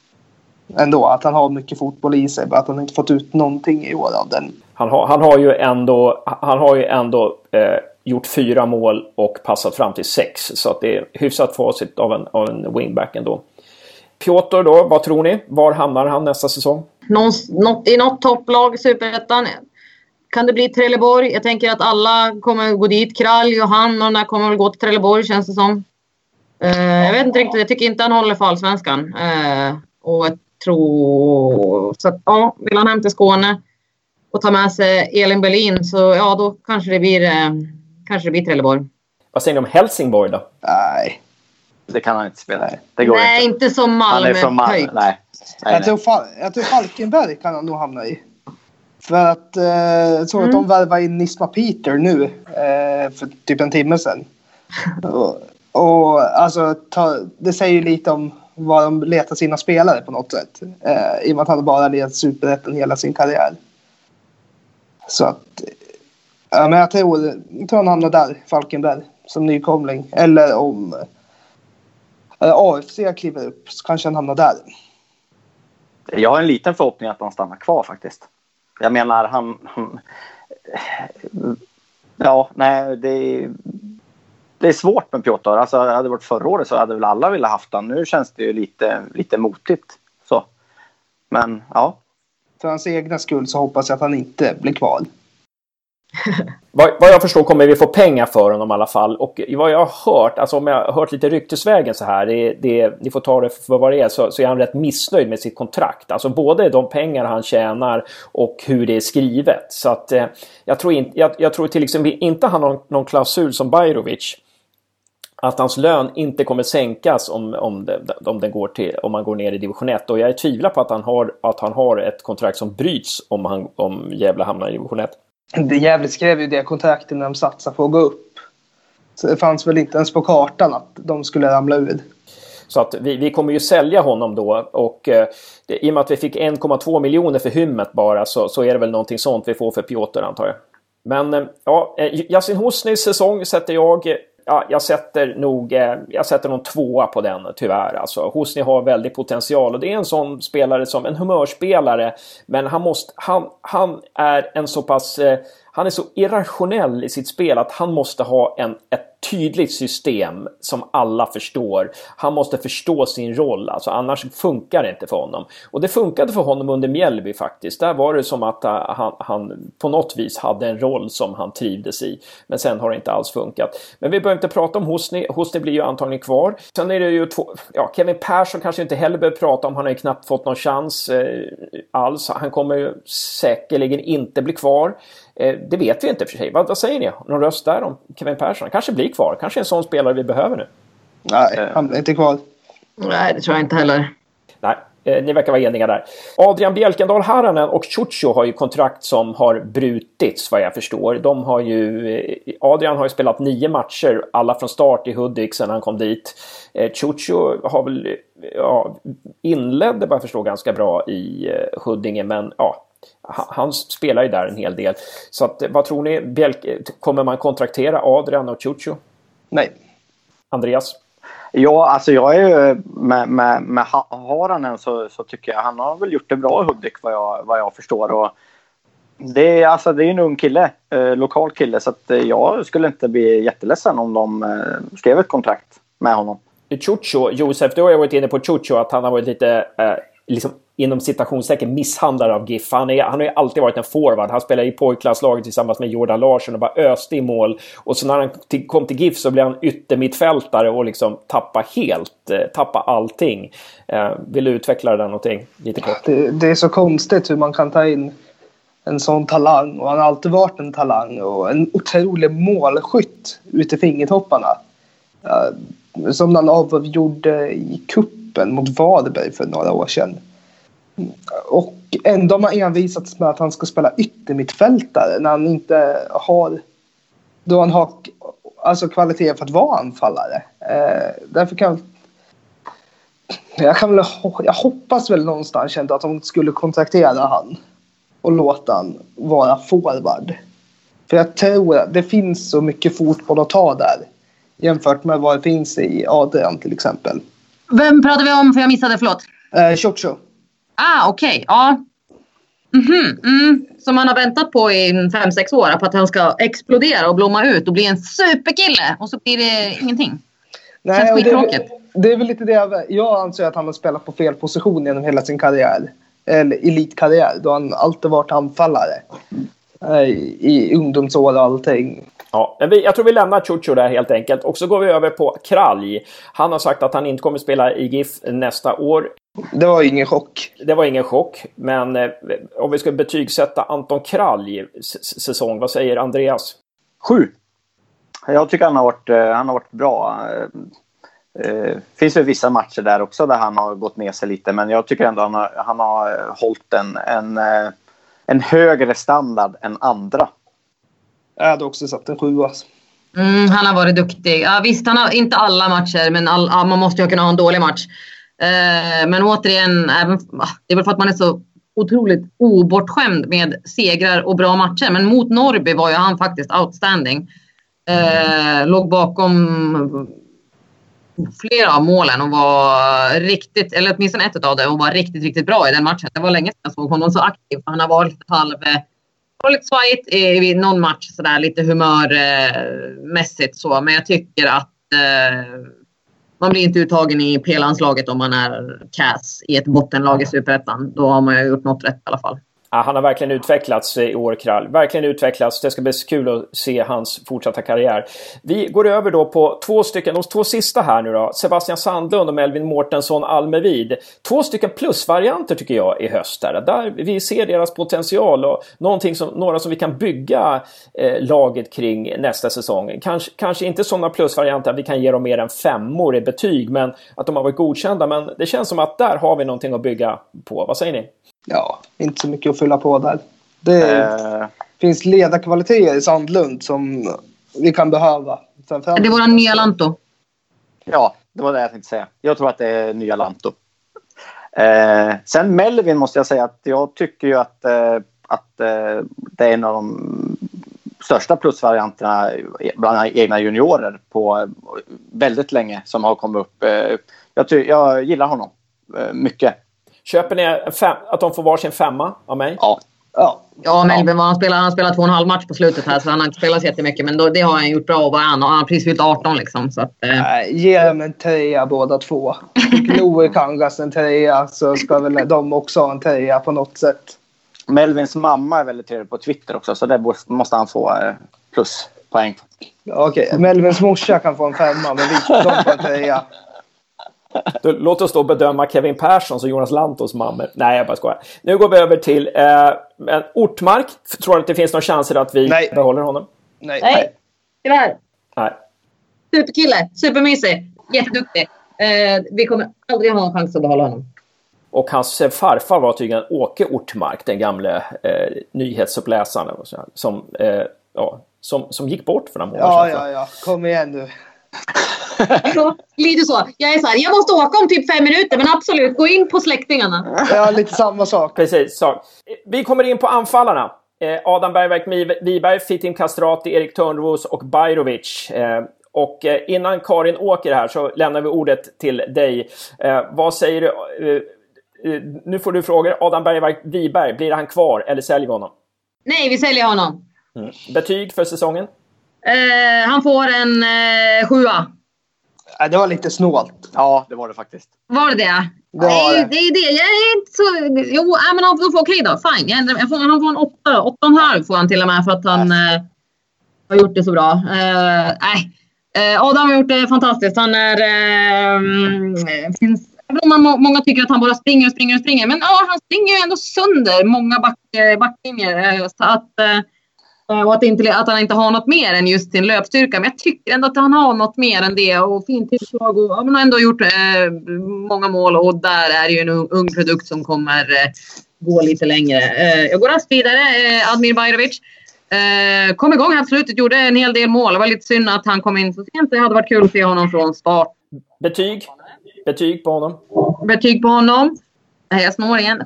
ändå att han har mycket fotboll i sig, bara att han inte fått ut någonting i år av den. Han har, han har ju ändå, han har ju ändå eh, gjort fyra mål och passat fram till sex, så att det är hyfsat facit av en, av en wingback ändå. Piotr då, vad tror ni? Var hamnar han nästa säsong? Någon, något, i något topplag i Superettan. Kan det bli Trelleborg? Jag tänker att alla kommer gå dit. Krall, Johan och när kommer väl gå till Trelleborg, känns det som. Eh, jag vet inte riktigt, jag tycker inte han håller för Allsvenskan. Eh, och jag tror... Så att, ja, vill han hem till Skåne och ta med sig Elin Berlin, så ja, då kanske det blir, eh, kanske det blir Trelleborg. Vad säger ni om Helsingborg då? Nej, det kan han inte spela. Det går nej, inte. inte som Malmö. Han är från Malmö, nej. nej, nej. Jag, tror Fal- jag tror Falkenberg kan han nog hamna i. För att eh, jag tror mm. att de värvar in Nisma Peter nu eh, för typ en timme sedan. och, och alltså ta, det säger ju lite om var de letar sina spelare på något sätt. Eh, I och med att han bara letat Superettan hela sin karriär. Så att ja, men jag tror, jag tror han hamnar där, Falkenberg, som nykomling. Eller om eller A F C kliver upp så kanske han hamnar där. Jag har en liten förhoppning att han stannar kvar faktiskt. Jag menar, han... han ja, nej, det, det är svårt med Piotr. Alltså, hade det varit förra året så hade väl alla velat haft han. Nu känns det ju lite, lite motigt. Så. Men, ja. För hans egna skull så hoppas jag att han inte blir kvar. Vad, vad jag förstår kommer vi få pengar för honom i alla fall. Och vad jag har hört, alltså om jag har hört lite ryktesvägen så här, det, det, ni får ta det för vad det är, så, så är han rätt missnöjd med sitt kontrakt. Alltså både de pengar han tjänar och hur det är skrivet. Så att eh, jag, tror in, jag, jag tror till exempel inte han har någon, någon klausul som Bajrovic, att hans lön inte kommer sänkas om, om, det, om, den går till, om man går ner i division ett. Och jag är tvivlar på att han har, att han har ett kontrakt som bryts om, han, om Gävle hamnar i division ett. Det Gävle skrev ju det kontrakten när de satsade på att gå upp. Så det fanns väl inte ens på kartan att de skulle ramla ur. Så att vi, vi kommer ju sälja honom då. Och eh, det, i och med att vi fick en komma två miljoner för hymmet bara, så, så är det väl någonting sånt vi får för Piotr, antar jag. Men eh, ja, Yasin Husnis säsong sätter jag... Ja, jag sätter nog eh, jag sätter någon tvåa på den, tyvärr. Alltså, Husni har väldigt potential och det är en sån spelare som en humörspelare, men han måste han, han är en så pass eh, han är så irrationell i sitt spel att han måste ha en, ett tydligt system som alla förstår. Han måste förstå sin roll, alltså, annars funkar det inte för honom. Och det funkade för honom under Mjällby faktiskt. Där var det som att uh, han, han på något vis hade en roll som han trivdes i. Men sen har det inte alls funkat. Men vi behöver inte prata om Husni. Husni blir ju antagligen kvar. Sen är det ju två... Ja, Kevin Persson kanske inte heller behöver prata om. Han har ju knappt fått någon chans eh, alls. Han kommer ju säkerligen inte bli kvar. Eh, det vet vi inte för sig. Vad, vad säger ni? Någon röst där om Kevin Persson? Kanske blir kvar. Kanske en sån spelare vi behöver nu. Nej, han är inte kvar. Nej, det tror jag inte heller. Nej, eh, ni verkar vara eniga där. Adrian Bjelkendal Haranen och Ciuciu har ju kontrakt som har brutits, vad jag förstår. De har ju, eh, Adrian har ju spelat nio matcher, alla från start i Hudik sedan han kom dit. Eh, Ciuciu har väl ja, inledde, vad jag förstår, ganska bra i eh, Huddinge, men ja, han spelar ju där en hel del. Så att, vad tror ni? Bjelke, kommer man kontraktera Adrian och Ciuciu? Nej. Andreas? Ja, alltså jag är ju med, med, med Haranen så, så tycker jag han har väl gjort det bra i Hudik vad jag, vad jag förstår. Och det är alltså det är en ung kille, eh, lokal kille, så att, eh, jag skulle inte bli jätteledsen om de eh, skrev ett kontrakt med honom. Ciuciu, Josef, du har ju varit inne på Ciuciu att han har varit lite eh, liksom inom citationssäkert misshandlare av GIF. Han, är, han har ju alltid varit en forward. Han spelar i pojklasslaget tillsammans med Jordan Larsson och bara öste i mål. Och så när han till, kom till GIF så blev han yttermittfältare och liksom tappa helt, eh, tappa allting. Eh, vill du utveckla det där någonting lite kort? Det, det är så konstigt hur man kan ta in en sån talang, och han har alltid varit en talang och en otrolig målskytt ute i fingertopparna. Uh, som han avgjorde i kuppen mot Varberg för några år sedan. Och ändå har man envisats med att han ska spela yttermittfältare när han inte har, då han har alltså kvalitet för att vara anfallare. Uh, därför kan jag kan väl, jag hoppas väl någonstans att de skulle kontraktera han och låta han vara forward. För jag tror att det finns så mycket fotboll att ta där jämfört med vad det finns i Adrian till exempel. Vem pratar vi om? För jag missade, förlåt. Eh, Ciuciu. Ah, okej. Okay. Ja. Mm-hmm. Mm. Som man har väntat på i fem sex år. På att han ska explodera och blomma ut och bli en superkille. Och så blir det ingenting. Nej, känns och det, är, det det är väl lite det jag, jag anser att han har spelat på fel position genom hela sin karriär. Eller elitkarriär. Då han alltid varit anfallare. I, i ungdomsår och allting. Ja, men vi, jag tror vi lämnar Ciuciu där helt enkelt. Och så går vi över på Kralj. Han har sagt att han inte kommer spela i GIF nästa år. Det var ingen chock. Det var ingen chock. Men eh, om vi ska betygsätta Anton Kralj säsong, vad säger Andreas? Sju. Jag tycker han har varit, han har varit bra. Det finns ju vissa matcher där också där han har gått ner sig lite. Men jag tycker ändå han har, han har hållit en, en, en högre standard än andra. Jag hade också satt en sju. Alltså. Mm, han har varit duktig. Ja, visst, han har inte alla matcher, men all, ja, man måste ju kunna ha en dålig match. Eh, men återigen, även, det är väl för att man är så otroligt obortskämd med segrar och bra matcher. Men mot Norrby var ju han faktiskt outstanding. Eh, låg bakom flera av målen och var riktigt, eller åtminstone ett av det, och var riktigt, riktigt bra i den matchen. Det var länge sedan jag såg honom så aktiv. Han har varit halv... var lite svajigt i någon match, sådär lite humörmässigt så, men jag tycker att eh, man blir inte uttagen i P-landslaget om man är kass i ett bottenlag i Superettan. Då har man ju gjort något rätt i alla fall. Ja, han har verkligen utvecklats i år, Krall. Verkligen utvecklats. Det ska bli kul att se hans fortsatta karriär. Vi går över då på två stycken, de två sista här nu då. Sebastian Sandlund och Melvin Mårtensson Almevid. Två stycken plusvarianter tycker jag i höst där. Där vi ser deras potential och någonting som, några som vi kan bygga eh, laget kring nästa säsong. Kanske, kanske inte sådana plusvarianter att vi kan ge dem mer än femmor i betyg, men att de har varit godkända. Men det känns som att där har vi någonting att bygga på. Vad säger ni? Ja, inte så mycket att fylla på där. Det äh... finns ledarkvaliteter i Sandlund som vi kan behöva. Det är våra nya Lanto. Ja, det var det jag tänkte säga. Jag tror att det är nya Lanto. Eh, sen Melvin måste jag säga att jag tycker ju att, eh, att eh, det är en av de största plusvarianterna bland egna juniorer på väldigt länge som har kommit upp. Eh, jag, ty- jag gillar honom eh, mycket. Köper ni fem, att de får varsin femma av mig? Ja. Ja, ja Melvin var han spelar han spelar två och en halv match på slutet här, så han har inte spelat så jättemycket, men då, det har han gjort bra, och han har precis fyllt arton liksom, så att eh. Nej, ge dem en trea båda två. Gloe Kangas en trea, så ska väl de också ha en trea på något sätt. Melvins mamma är väldigt trevlig på Twitter också, så det måste han få eh, pluspoäng. Okej, okay. Melvins morsa kan få en femma, men vi de får en trea. Då, låt oss då bedöma Kevin Perssons och Jonas Lantos mammor. Nej, jag bara skojar. Nu går vi över till eh, Ortmark. Tror du att det finns några chanser att vi Nej. behåller honom? Nej. Nej, tyvärr. Nej. Superkille, supermysig, jätteduktig. Eh, vi kommer aldrig ha en chans att behålla honom. Och hans farfar var tydligen Åke Ortmark, den gamla eh, nyhetsuppläsaren som, eh, ja, som, som gick bort för några månader ja, sedan. Ja, ja, kom igen nu. Ja, lite så. Jag är så här, jag måste åka om typ fem minuter, men absolut, gå in på släktingarna. Ja, lite samma sak. Precis, så. Vi kommer in på anfallarna. Eh, Adam Bergvik Wiberg, Fitim Kastrati, Erik Törnros och Bajrovic. Eh, och eh, innan Karin åker här så lämnar vi ordet till dig. Eh, vad säger du? Eh, eh, nu får du fråga. Adam Bergvik Wiberg, blir han kvar eller säljer vi honom? Nej, vi säljer honom. Mm. Betyg för säsongen? Eh, han får en eh, sjua. Ja, det var lite snålt. Ja, det var det faktiskt. Var det det? Det Nej, det. det är det. Jag är inte så... Jo, äh, men han får okej då. Fine. Jag ändrar, jag får, han får en åtta. Åtta och en halv får han till och med för att han eh, har gjort det så bra. Eh, nej. Eh, Adam har gjort det fantastiskt. Han är... Eh, finns, man, många tycker att han bara springer och springer och springer. Men ja, han springer ju ändå sönder många back, backlinjer. Eh, så att... Eh, Och att, inte, att han inte har något mer än just sin löpstyrka. Men jag tycker ändå att han har något mer än det. Och fint tillslag. Och han har ändå gjort eh, många mål. Och där är det ju en ung, ung produkt som kommer eh, gå lite längre. Eh, jag går rast vidare. Eh, Admir Bajrovic. Eh, kom igång här på slutet. Gjorde en hel del mål. Det var lite synd att han kom in så sent. Det hade varit kul att se honom från start. Betyg? Betyg på honom? Betyg på honom. Eh, jag snår igen.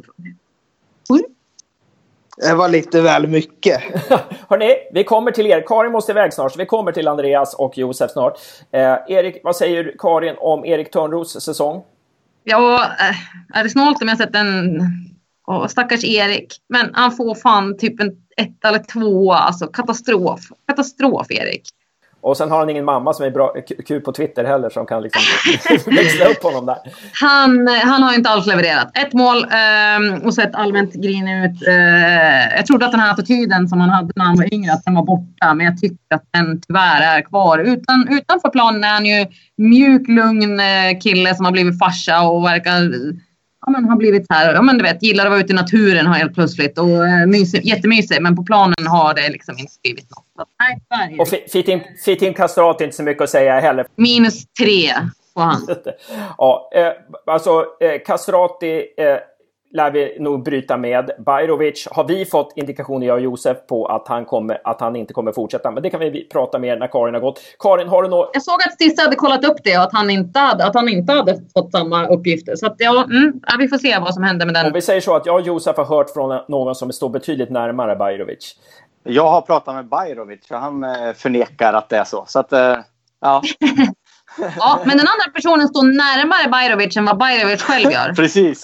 Mm. Det var lite väl mycket. Hörrni, vi kommer till er. Karin måste iväg snart, så vi kommer till Andreas och Josef snart. Eh, Erik, vad säger Karin om Erik Törnros säsong? Ja, är det snålt om jag sett en... Åh, stackars Erik. Men han får fan typ en ett eller två. Alltså katastrof. Katastrof, Erik. Och sen har han ingen mamma som är bra kul på Twitter heller som kan liksom växla upp honom där. Han, han har inte alls levererat. Ett mål eh, och sett allmänt grinig ut. Eh, jag trodde att den här attityden som han hade när han var yngre, att den var borta. Men jag tycker att den tyvärr är kvar. Utan, utanför planen är han ju mjuk, lugn eh, kille som har blivit farsa och verkar... Ja, men har blivit här. Ja, men du vet, gillar att vara ute i naturen har helt plötsligt. Och eh, mysig, jättemysig. Men på planen har det liksom inte skrivit något. Så, nej, och Fitim, Fitim Kastrati inte så mycket att säga heller. Minus tre på han. Ja, eh, alltså eh, Kastrati eh, lär vi nog bryta med. Bajrovic har vi fått indikationer, jag och Josef, på att han, kommer, att han inte kommer fortsätta. Men det kan vi prata mer när Karin har gått. Karin, har du något? Jag såg att Stissa hade kollat upp det och att han inte hade, att han inte hade fått samma uppgifter. Så att ja, mm, ja, vi får se vad som händer med den. Om vi säger så att jag och Josef har hört från någon som står betydligt närmare Bajrovic. Jag har pratat med Bajrovic och han eh, förnekar att det är så. Så att, eh, ja... Ja, men den andra personen står närmare Bajrovic än vad Bajrovic själv gör. Precis.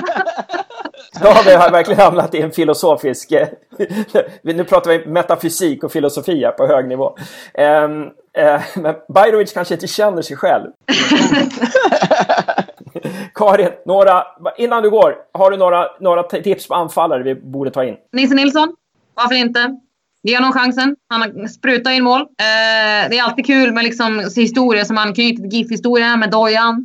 Då har vi verkligen hamnat i en filosofisk... Nu pratar vi metafysik och filosofi på hög nivå. Um, uh, men Bajrovic kanske inte känner sig själv. Karin, några, innan du går, har du några, några tips på anfallare vi borde ta in? Nisse Nilsson, varför inte? Ge honom chansen. Han har sprutat in mål. Eh, det är alltid kul med liksom historia som anknyter till GIF-historia med Dojan.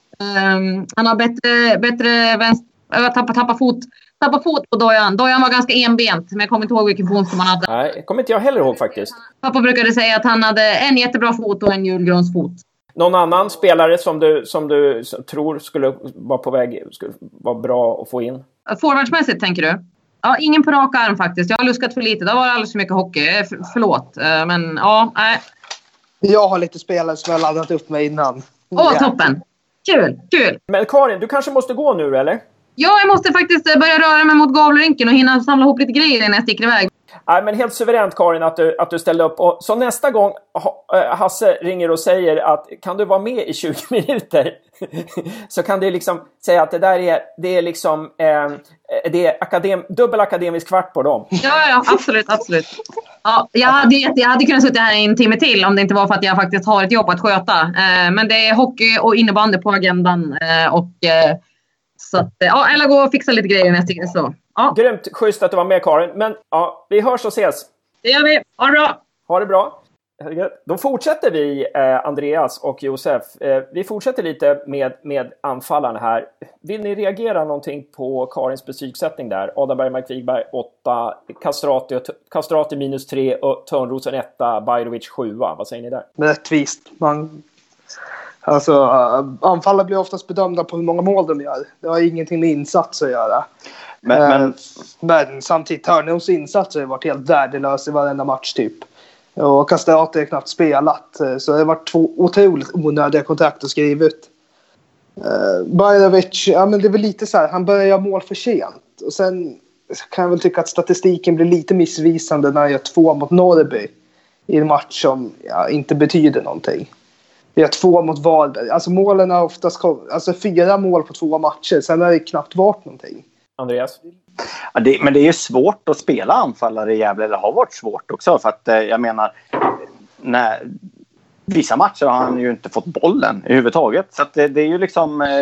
Eh, han har bättre, bättre vänster... Jag tappar, tappar fot. Tappa fot på Dojan. Dojan var ganska enbent, men jag kommer inte ihåg vilken fot som han hade. Nej, kommer inte jag heller ihåg faktiskt. Pappa brukade säga att han hade en jättebra fot och en julgransfot. Någon annan spelare som du, som du tror skulle vara på väg, skulle vara bra att få in? Forwardsmässigt tänker du? Ja, ingen på rak arm faktiskt. Jag har luskat för lite. Det var alldeles för mycket hockey. För, förlåt. Men ja, nej. Jag har lite spelare som jag laddat upp med innan. Åh, ja. Toppen. Kul, kul. Men Karin, du kanske måste gå nu, eller? Ja, jag måste faktiskt börja röra mig mot Gavlerinken och hinna samla ihop lite grejer när jag sticker iväg. Nej, men helt suveränt, Karin, att du, att du ställde upp. Och så nästa gång Hasse ringer och säger att kan du vara med i tjugo minuter så kan du liksom säga att det där är, det är liksom eh, det är akadem, dubbel akademisk kvart på dem. Ja, ja, absolut, absolut. Ja, jag, hade, jag hade kunnat sitta här en timme till om det inte var för att jag faktiskt har ett jobb att sköta. Eh, men det är hockey och innebandy på agendan eh, och eh, så att, ja, eller gå och fixa lite grejer nästa gång så. Ja. Grymt schysst att du var med, Karin. Men ja, vi hörs och ses. Det gör vi. Ha det bra. Ha det bra. Då fortsätter vi, eh, Andreas och Josef. Eh, vi fortsätter lite med, med anfallarna här. Vill ni reagera någonting på Karins betygssättning där? Adam Bergmark Wigberg åtta, Castrati, Castrati minus tre och Törnrosen etta, Bajrovic sju. Vad säger ni där? Rättvist. Man... Alltså, anfallare blir oftast bedömda på hur många mål de gör. Det har ingenting med insats att göra. Men, men, men, men samtidigt, Törnros insatser har varit helt värdelös i varenda match typ. Och Castrati har knappt spelat. Så det har varit två otroligt onödiga kontrakt att skriva ut. Uh, Bajrovic, ja men det är väl lite så här, han börjar göra mål för sent. Och sen kan jag väl tycka att statistiken blir lite missvisande när jag gör två mot Norrby. I en match som ja, inte betyder någonting. Vi har två mot Varberg. Alltså målen har oftast kommit, alltså fyra mål på två matcher. Sen har det knappt varit någonting. Andreas? Ja, det, men det är ju svårt att spela anfallare i Gävle. Eller har varit svårt också. För att eh, jag menar, när, vissa matcher har han ju inte fått bollen överhuvudtaget. Så att det, det är ju liksom... Eh,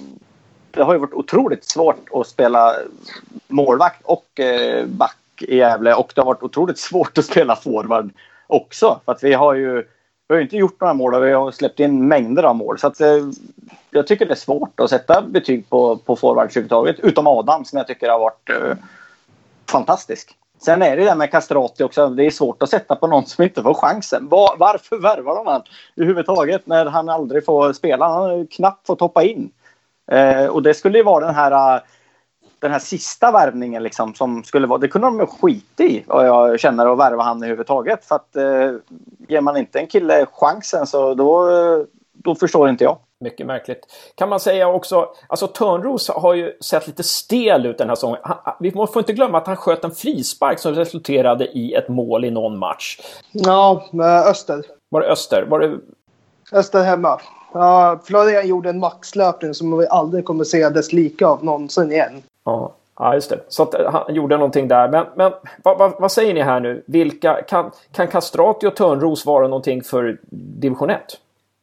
det har ju varit otroligt svårt att spela målvakt och eh, back i Gävle. Och det har varit otroligt svårt att spela forward också. För att vi har ju... Vi har ju inte gjort några mål och vi har släppt in mängder av mål. Så att, eh, jag tycker det är svårt att sätta betyg på, på forwards överhuvudtaget. Utom Adam som jag tycker har varit eh, fantastisk. Sen är det där med Castrati också. Det är svårt att sätta på någon som inte får chansen. Var, varför värvar de han överhuvudtaget när han aldrig får spela? Han har knappt fått hoppa in. Eh, och det skulle ju vara den här... den här sista värvningen liksom, som skulle vara, det kunde de ju skit i och jag känner att värva han överhuvudtaget för att eh, ger man inte en kille chansen så då, då förstår inte jag. Mycket märkligt. Kan man säga också, alltså Törnros har ju sett lite stel ut den här säsongen. Vi får inte glömma att han sköt en frispark som resulterade i ett mål i någon match. Ja, med Öster. Var det Öster? Var det... Öster hemma. Ja, Florian gjorde en maxlöpning som vi aldrig kommer se dess lika av någonsin igen. Ja, ja just det. Så att han gjorde någonting där. Men, men vad, vad, vad säger ni här nu? Vilka, kan, kan Castrati och Törnros vara någonting för division ett?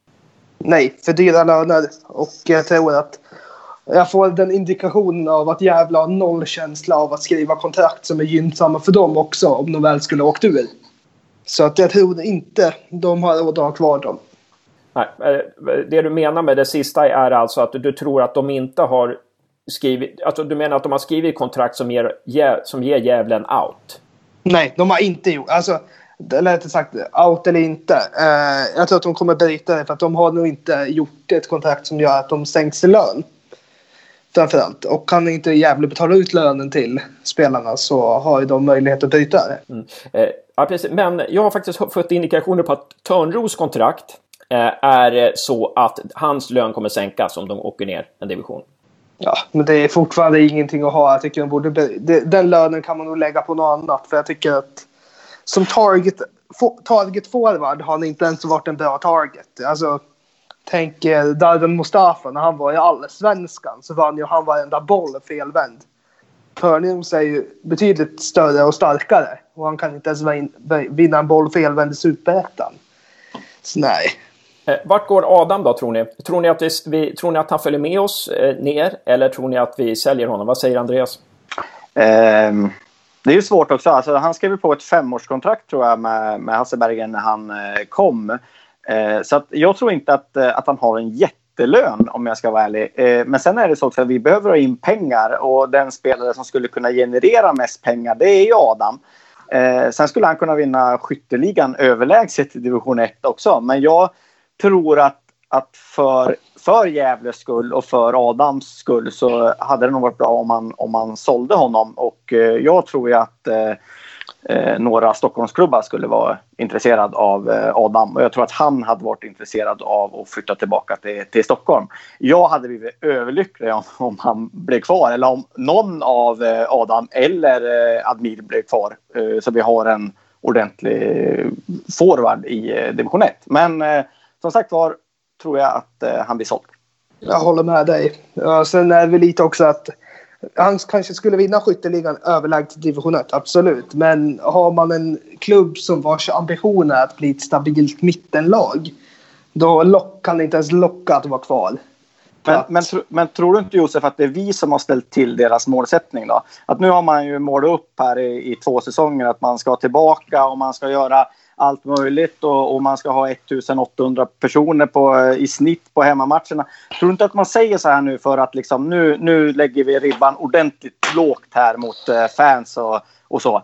Nej, för dyra löner. Och jag tror att jag får den indikationen av att Gävle har noll känsla av att skriva kontrakt som är gynnsamma för dem också om de väl skulle åkt ur. Så att jag tror inte de har råd att ha kvar dem. Nej, det du menar med det sista är alltså att du, du tror att de inte har skrivit, alltså du menar att de har skrivit kontrakt som ger, som ger Gävle en out? Nej, de har inte gjort, alltså eller rättare sagt out eller inte. Eh, jag tror att de kommer bryta det för att de har nog inte gjort ett kontrakt som gör att de sänks i lön. Framförallt. Och kan inte Gävle betala ut lönen till spelarna så har de möjlighet att bryta det. Mm. Eh, ja, precis. Men jag har faktiskt fått indikationer på att Törnros kontrakt eh, är så att hans lön kommer sänkas om de åker ner en division. Ja, men det är fortfarande ingenting att ha. Jag tycker de borde be- den lönen kan man nog lägga på något annat. För jag tycker att som target, for, target forward har han inte ens varit en bra target. Alltså, tänk Darren Mustafa när han var i Allsvenskan så vann ju han varenda boll felvänd. Törnros är ju betydligt större och starkare. Och han kan inte ens vinna en boll felvänd i Superettan. Så nej. Eh, vart går Adam då, tror ni? Tror ni att, vi, vi, tror ni att han följer med oss eh, ner, eller tror ni att vi säljer honom? Vad säger Andreas? Um... Det är ju svårt också. Alltså, han skrev på ett femårskontrakt tror jag med, med Hasselbergen när han eh, kom. Eh, så att jag tror inte att, eh, att han har en jättelön om jag ska vara ärlig. Eh, men sen är det så också att vi behöver ha in pengar. Och den spelare som skulle kunna generera mest pengar, det är ju Adam. Eh, sen skulle han kunna vinna skytteligan överlägset i division ett också. Men jag tror att, att för, för Gävles skull och för Adams skull så hade det nog varit bra om man, om man sålde honom. Och eh, jag tror ju att eh, några Stockholmsklubbar skulle vara intresserad av eh, Adam. Och jag tror att han hade varit intresserad av att flytta tillbaka till, till Stockholm. Jag hade blivit överlycklig om, om han blev kvar. Eller om någon av eh, Adam eller eh, Admir blev kvar. Eh, så vi har en ordentlig forward i eh, division ett. Men eh, som sagt var tror jag att eh, han blir såld. Jag håller med dig. Ja, sen är det väl lite också att han kanske skulle vinna skytteligan överlägset division ett, absolut. Men har man en klubb som vars ambition är att bli ett stabilt mittenlag, då lock, kan det inte ens locka att vara kvar. Men, att... men, men tror du inte, Josef, att det är vi som har ställt till deras målsättning då? Att nu har man ju målat upp här i, i två säsonger att man ska tillbaka och man ska göra allt möjligt och, och man ska ha ettusenåttahundra personer på, i snitt på hemmamatcherna. Tror du inte att man säger så här nu för att liksom, nu, nu lägger vi ribban ordentligt lågt här mot eh, fans och, och så?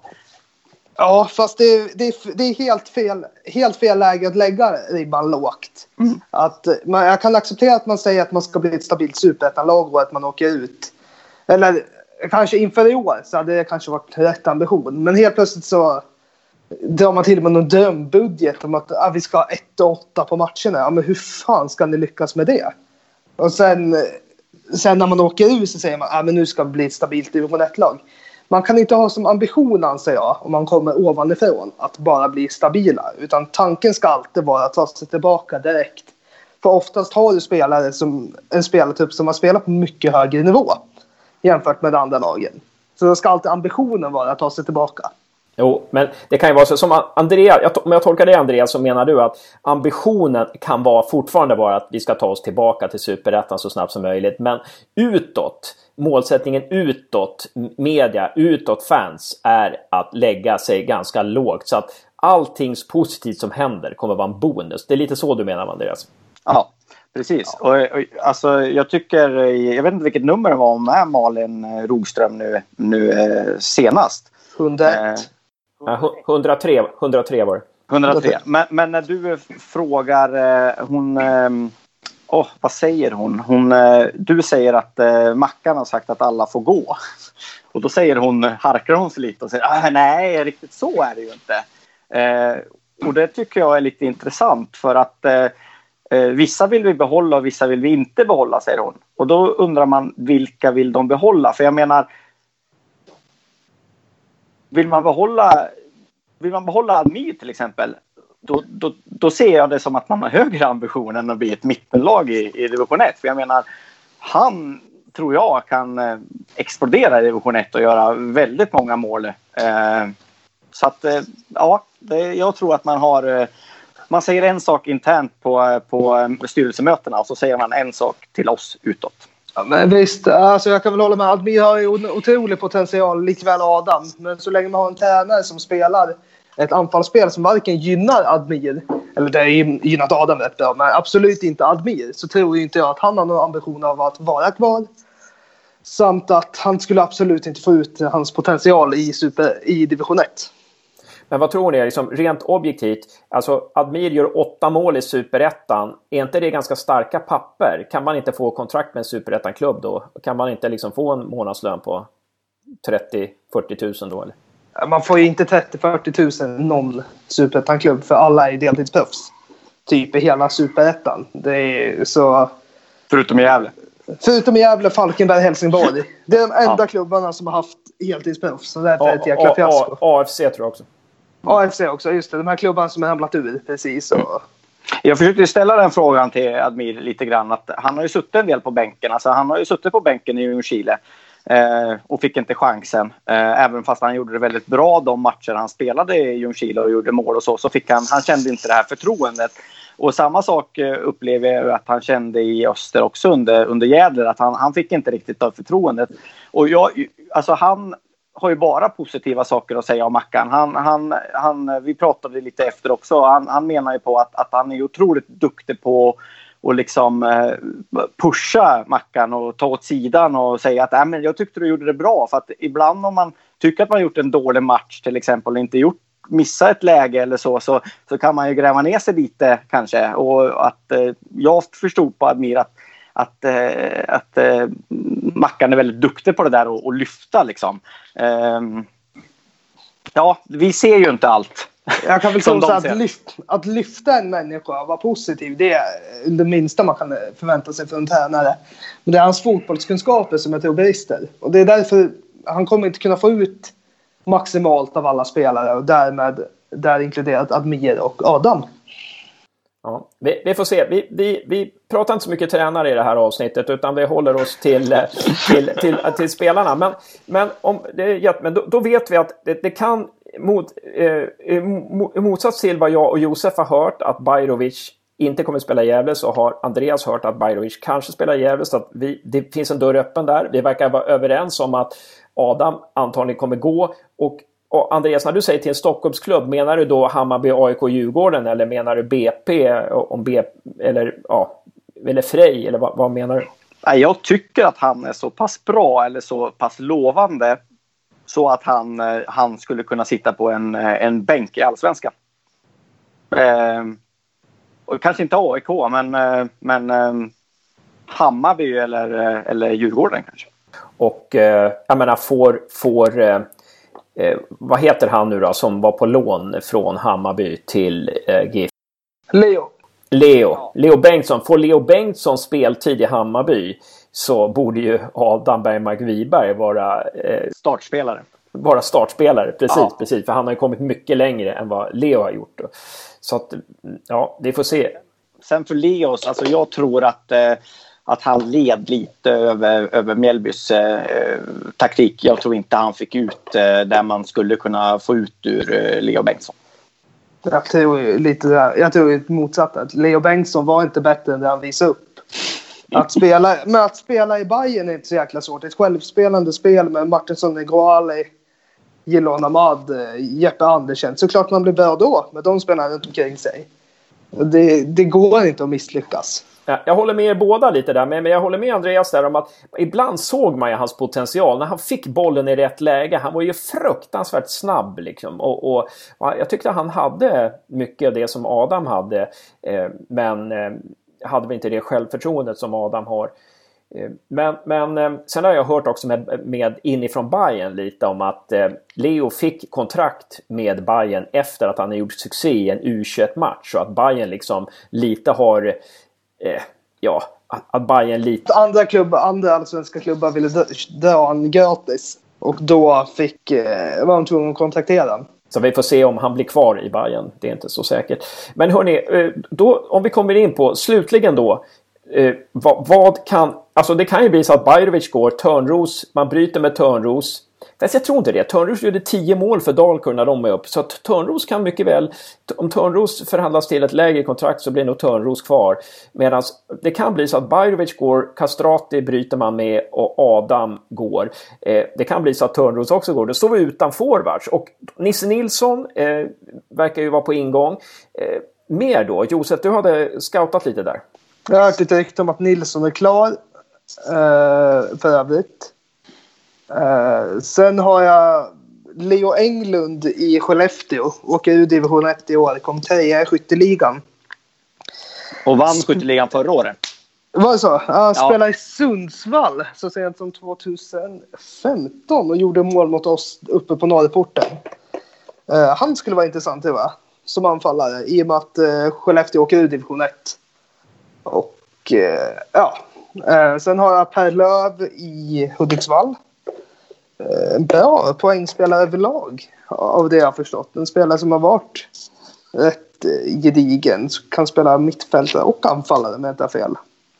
Ja, fast det, det, det är helt fel, helt fel läge att lägga ribban lågt. Mm. Att, man, jag kan acceptera att man säger att man ska bli ett stabilt superettanlag och att man åker ut. Eller kanske inför i år så hade det kanske varit rätt ambition. Men helt plötsligt så drar man till med någon drömbudget om att ah, vi ska ha ett och åtta på matcherna. Ja, men hur fan ska ni lyckas med det? Och sen, sen när man åker ut så säger man att ah, nu ska vi bli ett stabilt division ett-lag. Man kan inte ha som ambition, anser jag, om man kommer ovanifrån, att bara bli stabila. Utan tanken ska alltid vara att ta sig tillbaka direkt. För oftast har du spelare som, en spelartyp som har spelat på mycket högre nivå jämfört med de andra lagen. Så då ska alltid ambitionen vara att ta sig tillbaka. Jo, men det kan ju vara så som Andrea, jag, om jag tolkar det Andrea, så menar du att ambitionen kan vara, fortfarande vara att vi ska ta oss tillbaka till superettan så snabbt som möjligt. Men utåt, målsättningen utåt, media, utåt fans är att lägga sig ganska lågt. Så att allting positivt som händer kommer vara en bonus. Det är lite så du menar, Andreas? Ja, precis. Ja. Och, och, alltså, jag tycker, jag vet inte vilket nummer det var med Malin Rogström nu, nu eh, senast. hundraett. Eh, Ja, hundratre, hundratre var det. hundratre. Men, men när du frågar eh, hon... Eh, oh, vad säger hon? hon eh, du säger att eh, Mackan har sagt att alla får gå. Och då säger hon, harkar hon sig lite och säger ah, nej, riktigt så är det ju inte. Eh, och det tycker jag är lite intressant för att eh, eh, vissa vill vi behålla och vissa vill vi inte behålla, säger hon. Och då undrar man, vilka vill de behålla? För jag menar, Vill man behålla, vill man behålla Admir till exempel, då, då, då ser jag det som att man har högre ambition än att bli ett mittenlag i, i division ett. För jag menar, han tror jag kan eh, explodera i division ett och göra väldigt många mål. Eh, så att, eh, ja, det, jag tror att man har... Eh, man säger en sak internt på, på styrelsemötena och så säger man en sak till oss utåt. Ja, men visst, alltså jag kan väl hålla med. Admir har ju otrolig potential, likväl Adam. Men så länge man har en tränare som spelar ett anfallsspel som varken gynnar Admir, eller det är gynnat Adam rätt bra, men absolut inte Admir, så tror inte jag att han har någon ambition av att vara kvar. Samt att han skulle absolut inte få ut hans potential i, super, i division ett. Men vad tror ni, liksom, rent objektivt, alltså Admir gör åtta mål i superettan, är inte det ganska starka papper? Kan man inte få kontrakt med en superettan-klubb då? Kan man inte liksom få en månadslön på trettio till fyrtio tusen då? Eller? Man får ju inte trettio till fyrtio tusen någon superettan-klubb, för alla är deltidsproffs. Typ i hela superettan. Det är så... Förutom i Gävle. Förutom i Gävle, Falkenberg, Helsingborg. Det är de enda ja. klubbarna som har haft heltidsproffs. Så det är ett jäkla fiasko. A F C tror jag också. A F C också, just det. De här klubbarna som har hamnat ur, precis. Och... Jag försökte ställa den frågan till Admir lite grann. Att han har ju suttit en del på bänken. Alltså, han har ju suttit på bänken i Ljungskile. Eh, och fick inte chansen. Eh, även fast han gjorde det väldigt bra de matcher han spelade i Ljungskile och gjorde mål och så. Så fick han, han kände inte det här förtroendet. Och samma sak upplever jag att han kände i Öster också under, under Jädler, att han, han fick inte riktigt av förtroendet. Och jag, alltså han har ju bara positiva saker att säga om Mackan. Han, han, han, vi pratade lite efter också. Han, han menar ju på att, att han är otroligt duktig på att liksom eh, pusha Mackan och ta åt sidan och säga att äh, men jag tyckte du gjorde det bra. För att ibland om man tycker att man gjort en dålig match till exempel och inte gjort missa ett läge eller så, så så kan man ju gräva ner sig lite kanske. Och att eh, jag förstod på Admir att att, eh, att eh, Mackan är väldigt duktig på det där och, och lyfta liksom. Eh, ja, vi ser ju inte allt. Jag kan väl säga att, lyft, att lyfta en människa, vara positiv, det är det minsta man kan förvänta sig för en tränare. Men det är hans fotbollskunskaper som jag tror brister. Och det är därför han kommer inte kunna få ut maximalt av alla spelare och därmed där inkluderat Admir och Adam. Ja, vi, vi får se. Vi, vi, vi pratar inte så mycket tränare i det här avsnittet utan vi håller oss till, till, till, till spelarna. Men, men, om, det är, men då, då vet vi att det, det kan, mot, eh, motsats till vad jag och Josef har hört att Bajrovic inte kommer att spela i Gävle, så har Andreas hört att Bajrovic kanske spelar i Gävle, så att vi, det finns en dörr öppen där. Vi verkar vara överens om att Adam antagligen kommer gå. Och, och Andreas, när du säger till en Stockholmsklubb, menar du då Hammarby, A I K, Djurgården eller menar du B P om B, eller, ja, eller Frej, eller vad, vad menar du? Jag tycker att han är så pass bra eller så pass lovande så att han, han skulle kunna sitta på en, en bänk i Allsvenskan. Eh, och kanske inte A I K, men, men eh, Hammarby eller, eller Djurgården kanske. Och eh, jag menar får, får eh, vad heter han nu då som var på lån från Hammarby till eh, GIF? Leo. Leo. Ja. Leo Bengtsson. Får Leo Bengtsson speltid i Hammarby så borde ju Adam Bergmark Wiberg vara eh, startspelare. Vara startspelare, precis, ja. precis. För han har ju kommit mycket längre än vad Leo har gjort. Så att, ja, vi får se. Sen för Leos, alltså jag tror att eh, att han led lite över, över Mjällbys eh, taktik. Jag tror inte han fick ut eh, där man skulle kunna få ut ur eh, Leo Bengtsson. Jag tror lite där, jag tror motsatt, att Leo Bengtsson var inte bättre än det han visade upp. Att spela, men att spela i Bayern är inte så jäkla svårt. Ett självspelande spel med Martinsson, Negroali, Gilon Ahmad, Jeppe Andersen. Såklart man blir bra då med de spelarna runt omkring sig. Det, det går inte att misslyckas. Ja, jag håller med er båda lite där, men jag håller med Andreas där om att ibland såg man ju hans potential när han fick bollen i rätt läge. Han var ju fruktansvärt snabb liksom, och, och, och jag tyckte han hade mycket av det som Adam hade, eh, men eh, hade väl inte det självförtroendet som Adam har. Eh, men, men eh, sen har jag hört också med, med inifrån Bayern lite om att eh, Leo fick kontrakt med Bayern efter att han har gjort succé i en U tjugoett-match, så att Bayern liksom lite har Eh, ja, att Bayern lite... Andra klubbar, andra allsvenska klubbar ville dra han gratis. Och då fick, eh, var han tvungen att kontraktera han. Så vi får se om han blir kvar i Bayern. Det är inte så säkert. Men hörni, eh, då, om vi kommer in på slutligen då. Eh, vad, vad kan... Alltså det kan ju bli så att Bajrovic går, Törnros, man bryter med Törnros. Fast jag tror inte det. Törnros gjorde tio mål för Dalkurd när de är upp. Så att Törnros kan mycket väl... Om Törnros förhandlas till ett lägre kontrakt så blir nog Törnros kvar. Medan det kan bli så att Bajrovic går, Castrati bryter man med och Adam går. Eh, det kan bli så att Törnros också går. Då står vi utan forwards. Och Nisse Nilsson eh, verkar ju vara på ingång. Eh, mer då? Josef, du hade scoutat lite där. Jag har hört lite rykte om att Nilsson är klar. Eh, för övrigt. Uh, sen har jag Leo Englund i Skellefteå. Åker ur division ett i år. Kom trea i skytteligan. Och vann skytteligan förra året. Var det så? Uh, ja. Spelade i Sundsvall så sent som tjugohundrafemton och gjorde mål mot oss uppe på Norrporten. Uh, han skulle vara intressant, det va? Som anfallare i och med att uh, Skellefteå åker ur division ett. Och uh, ja. Uh, sen har jag Per Löv i Hudiksvall. En bra poängspelare överlag av det jag har förstått. En spelare som har varit rätt gedigen, kan spela mittfältare och anfallare med detta fel.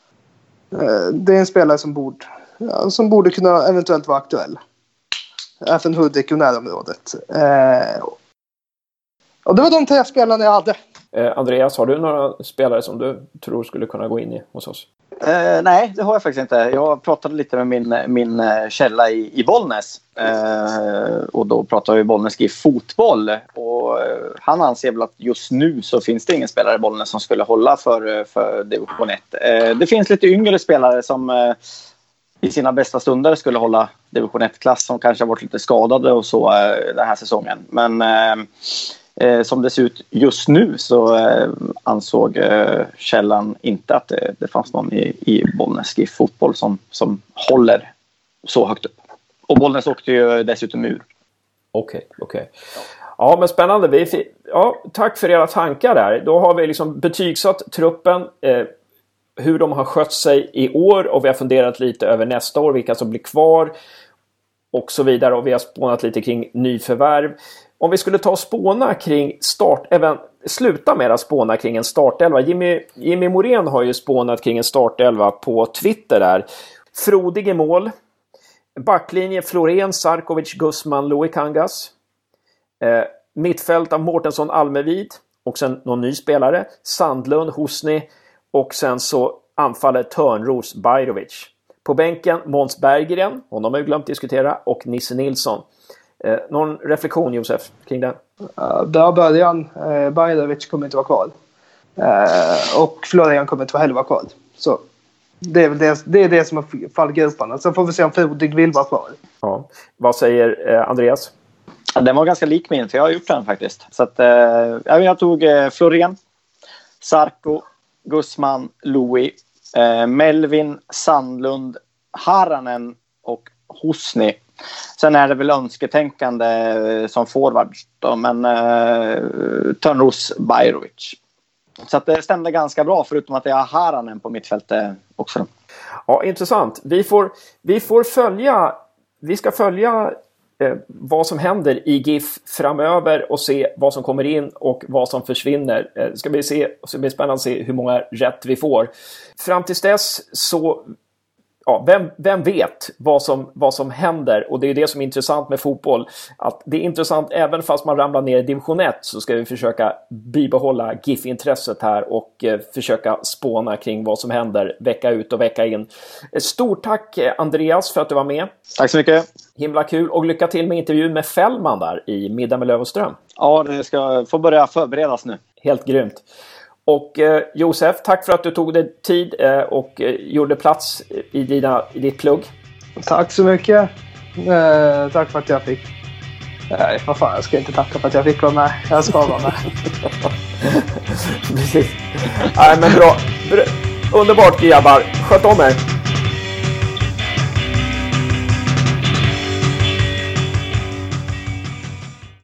Det är en spelare som borde, ja, som borde kunna eventuellt vara aktuell. Även Hudik och närområdet. Och det var de tre spelarna jag hade. Eh, Andreas, har du några spelare som du tror skulle kunna gå in i hos oss? Eh, nej, det har jag faktiskt inte. Jag pratade lite med min, min källa i, i Bollnäs. Eh, och då pratade vi Bollnäs i fotboll. Och eh, han anser väl att just nu så finns det ingen spelare i Bollnäs som skulle hålla för, för division ett. Eh, det finns lite yngre spelare som eh, i sina bästa stunder skulle hålla division ett-klass, som kanske har varit lite skadade och så eh, den här säsongen. Men eh, Eh, som det ser ut just nu så eh, ansåg eh, källan inte att det, det fanns någon i, i Bollnäs i fotboll som, som håller så högt upp. Och Bollnäs åkte ju dessutom ur. Okej, okay, okej. Okay. Ja, men spännande. Vi, ja, tack för era tankar där. Då har vi liksom betygsatt truppen, eh, hur de har skött sig i år, och vi har funderat lite över nästa år, vilka som blir kvar och så vidare. Och vi har spånat lite kring nyförvärv. Om vi skulle ta och spåna kring start, även sluta med att spåna kring en startelva. Jimmy, Jimmy Morén har ju spånat kring en startelva på Twitter där. Frodig i mål. Backlinje Florén, Sarkovic, Guzman, Louis Kangas. Eh, mittfält av Mårtensson, Almevid. Och sen någon ny spelare. Sandlund, Husni. Och sen så anfaller Törnros, Bajrovic. På bänken Måns Berggren, honom har vi glömt diskutera. Och Nisse Nilsson. Eh, någon reflektion, Josef, kring det? Uh, där början, uh, Bajrovic kommer inte vara kvar. Uh, och Florian kommer inte vara heller vara kvar. Så det är, det, det är det som har fallgroparna. Så får vi se om Frodig vill vara kvar. Ja. Vad säger eh, Andreas? Ja, den var ganska lik min, för jag har gjort den faktiskt. Så att, eh, jag tog eh, Florén, Sarko, Guzman, Louis, eh, Melvin, Sandlund, Haranen och Husni. Sen är det väl önsketänkande som forward då, men eh, Törnros, Bajrovic. Så att det stämde ganska bra, förutom att det är Haranen på mittfältet också. Ja, intressant. Vi får, vi får följa, vi ska följa eh, vad som händer i GIF framöver och se vad som kommer in och vad som försvinner. Eh, ska vi se, så blir det spännande att se hur många rätt vi får. Fram tills dess så Ja, vem, vem vet vad som, vad som händer, och det är det som är intressant med fotboll, att det är intressant även fast man ramlar ner i division ett, så ska vi försöka bibehålla GIF-intresset här och eh, försöka spåna kring vad som händer vecka ut och vecka in. Stort tack Andreas för att du var med. Tack så mycket. Himla kul, och lycka till med intervjun med Fällman där i Middag med Löv och Ström. Ja, det ska få börja förberedas nu. Helt grymt. Och eh, Josef, tack för att du tog dig tid eh, och eh, gjorde plats i, dina, i ditt plugg. Tack så mycket. Eh, tack för att jag fick. Nej, vad fan, jag ska inte tacka för att jag fick vara med. Jag ska vara med. Precis. Nej, men bra. Underbart grabbar. Sköt om er.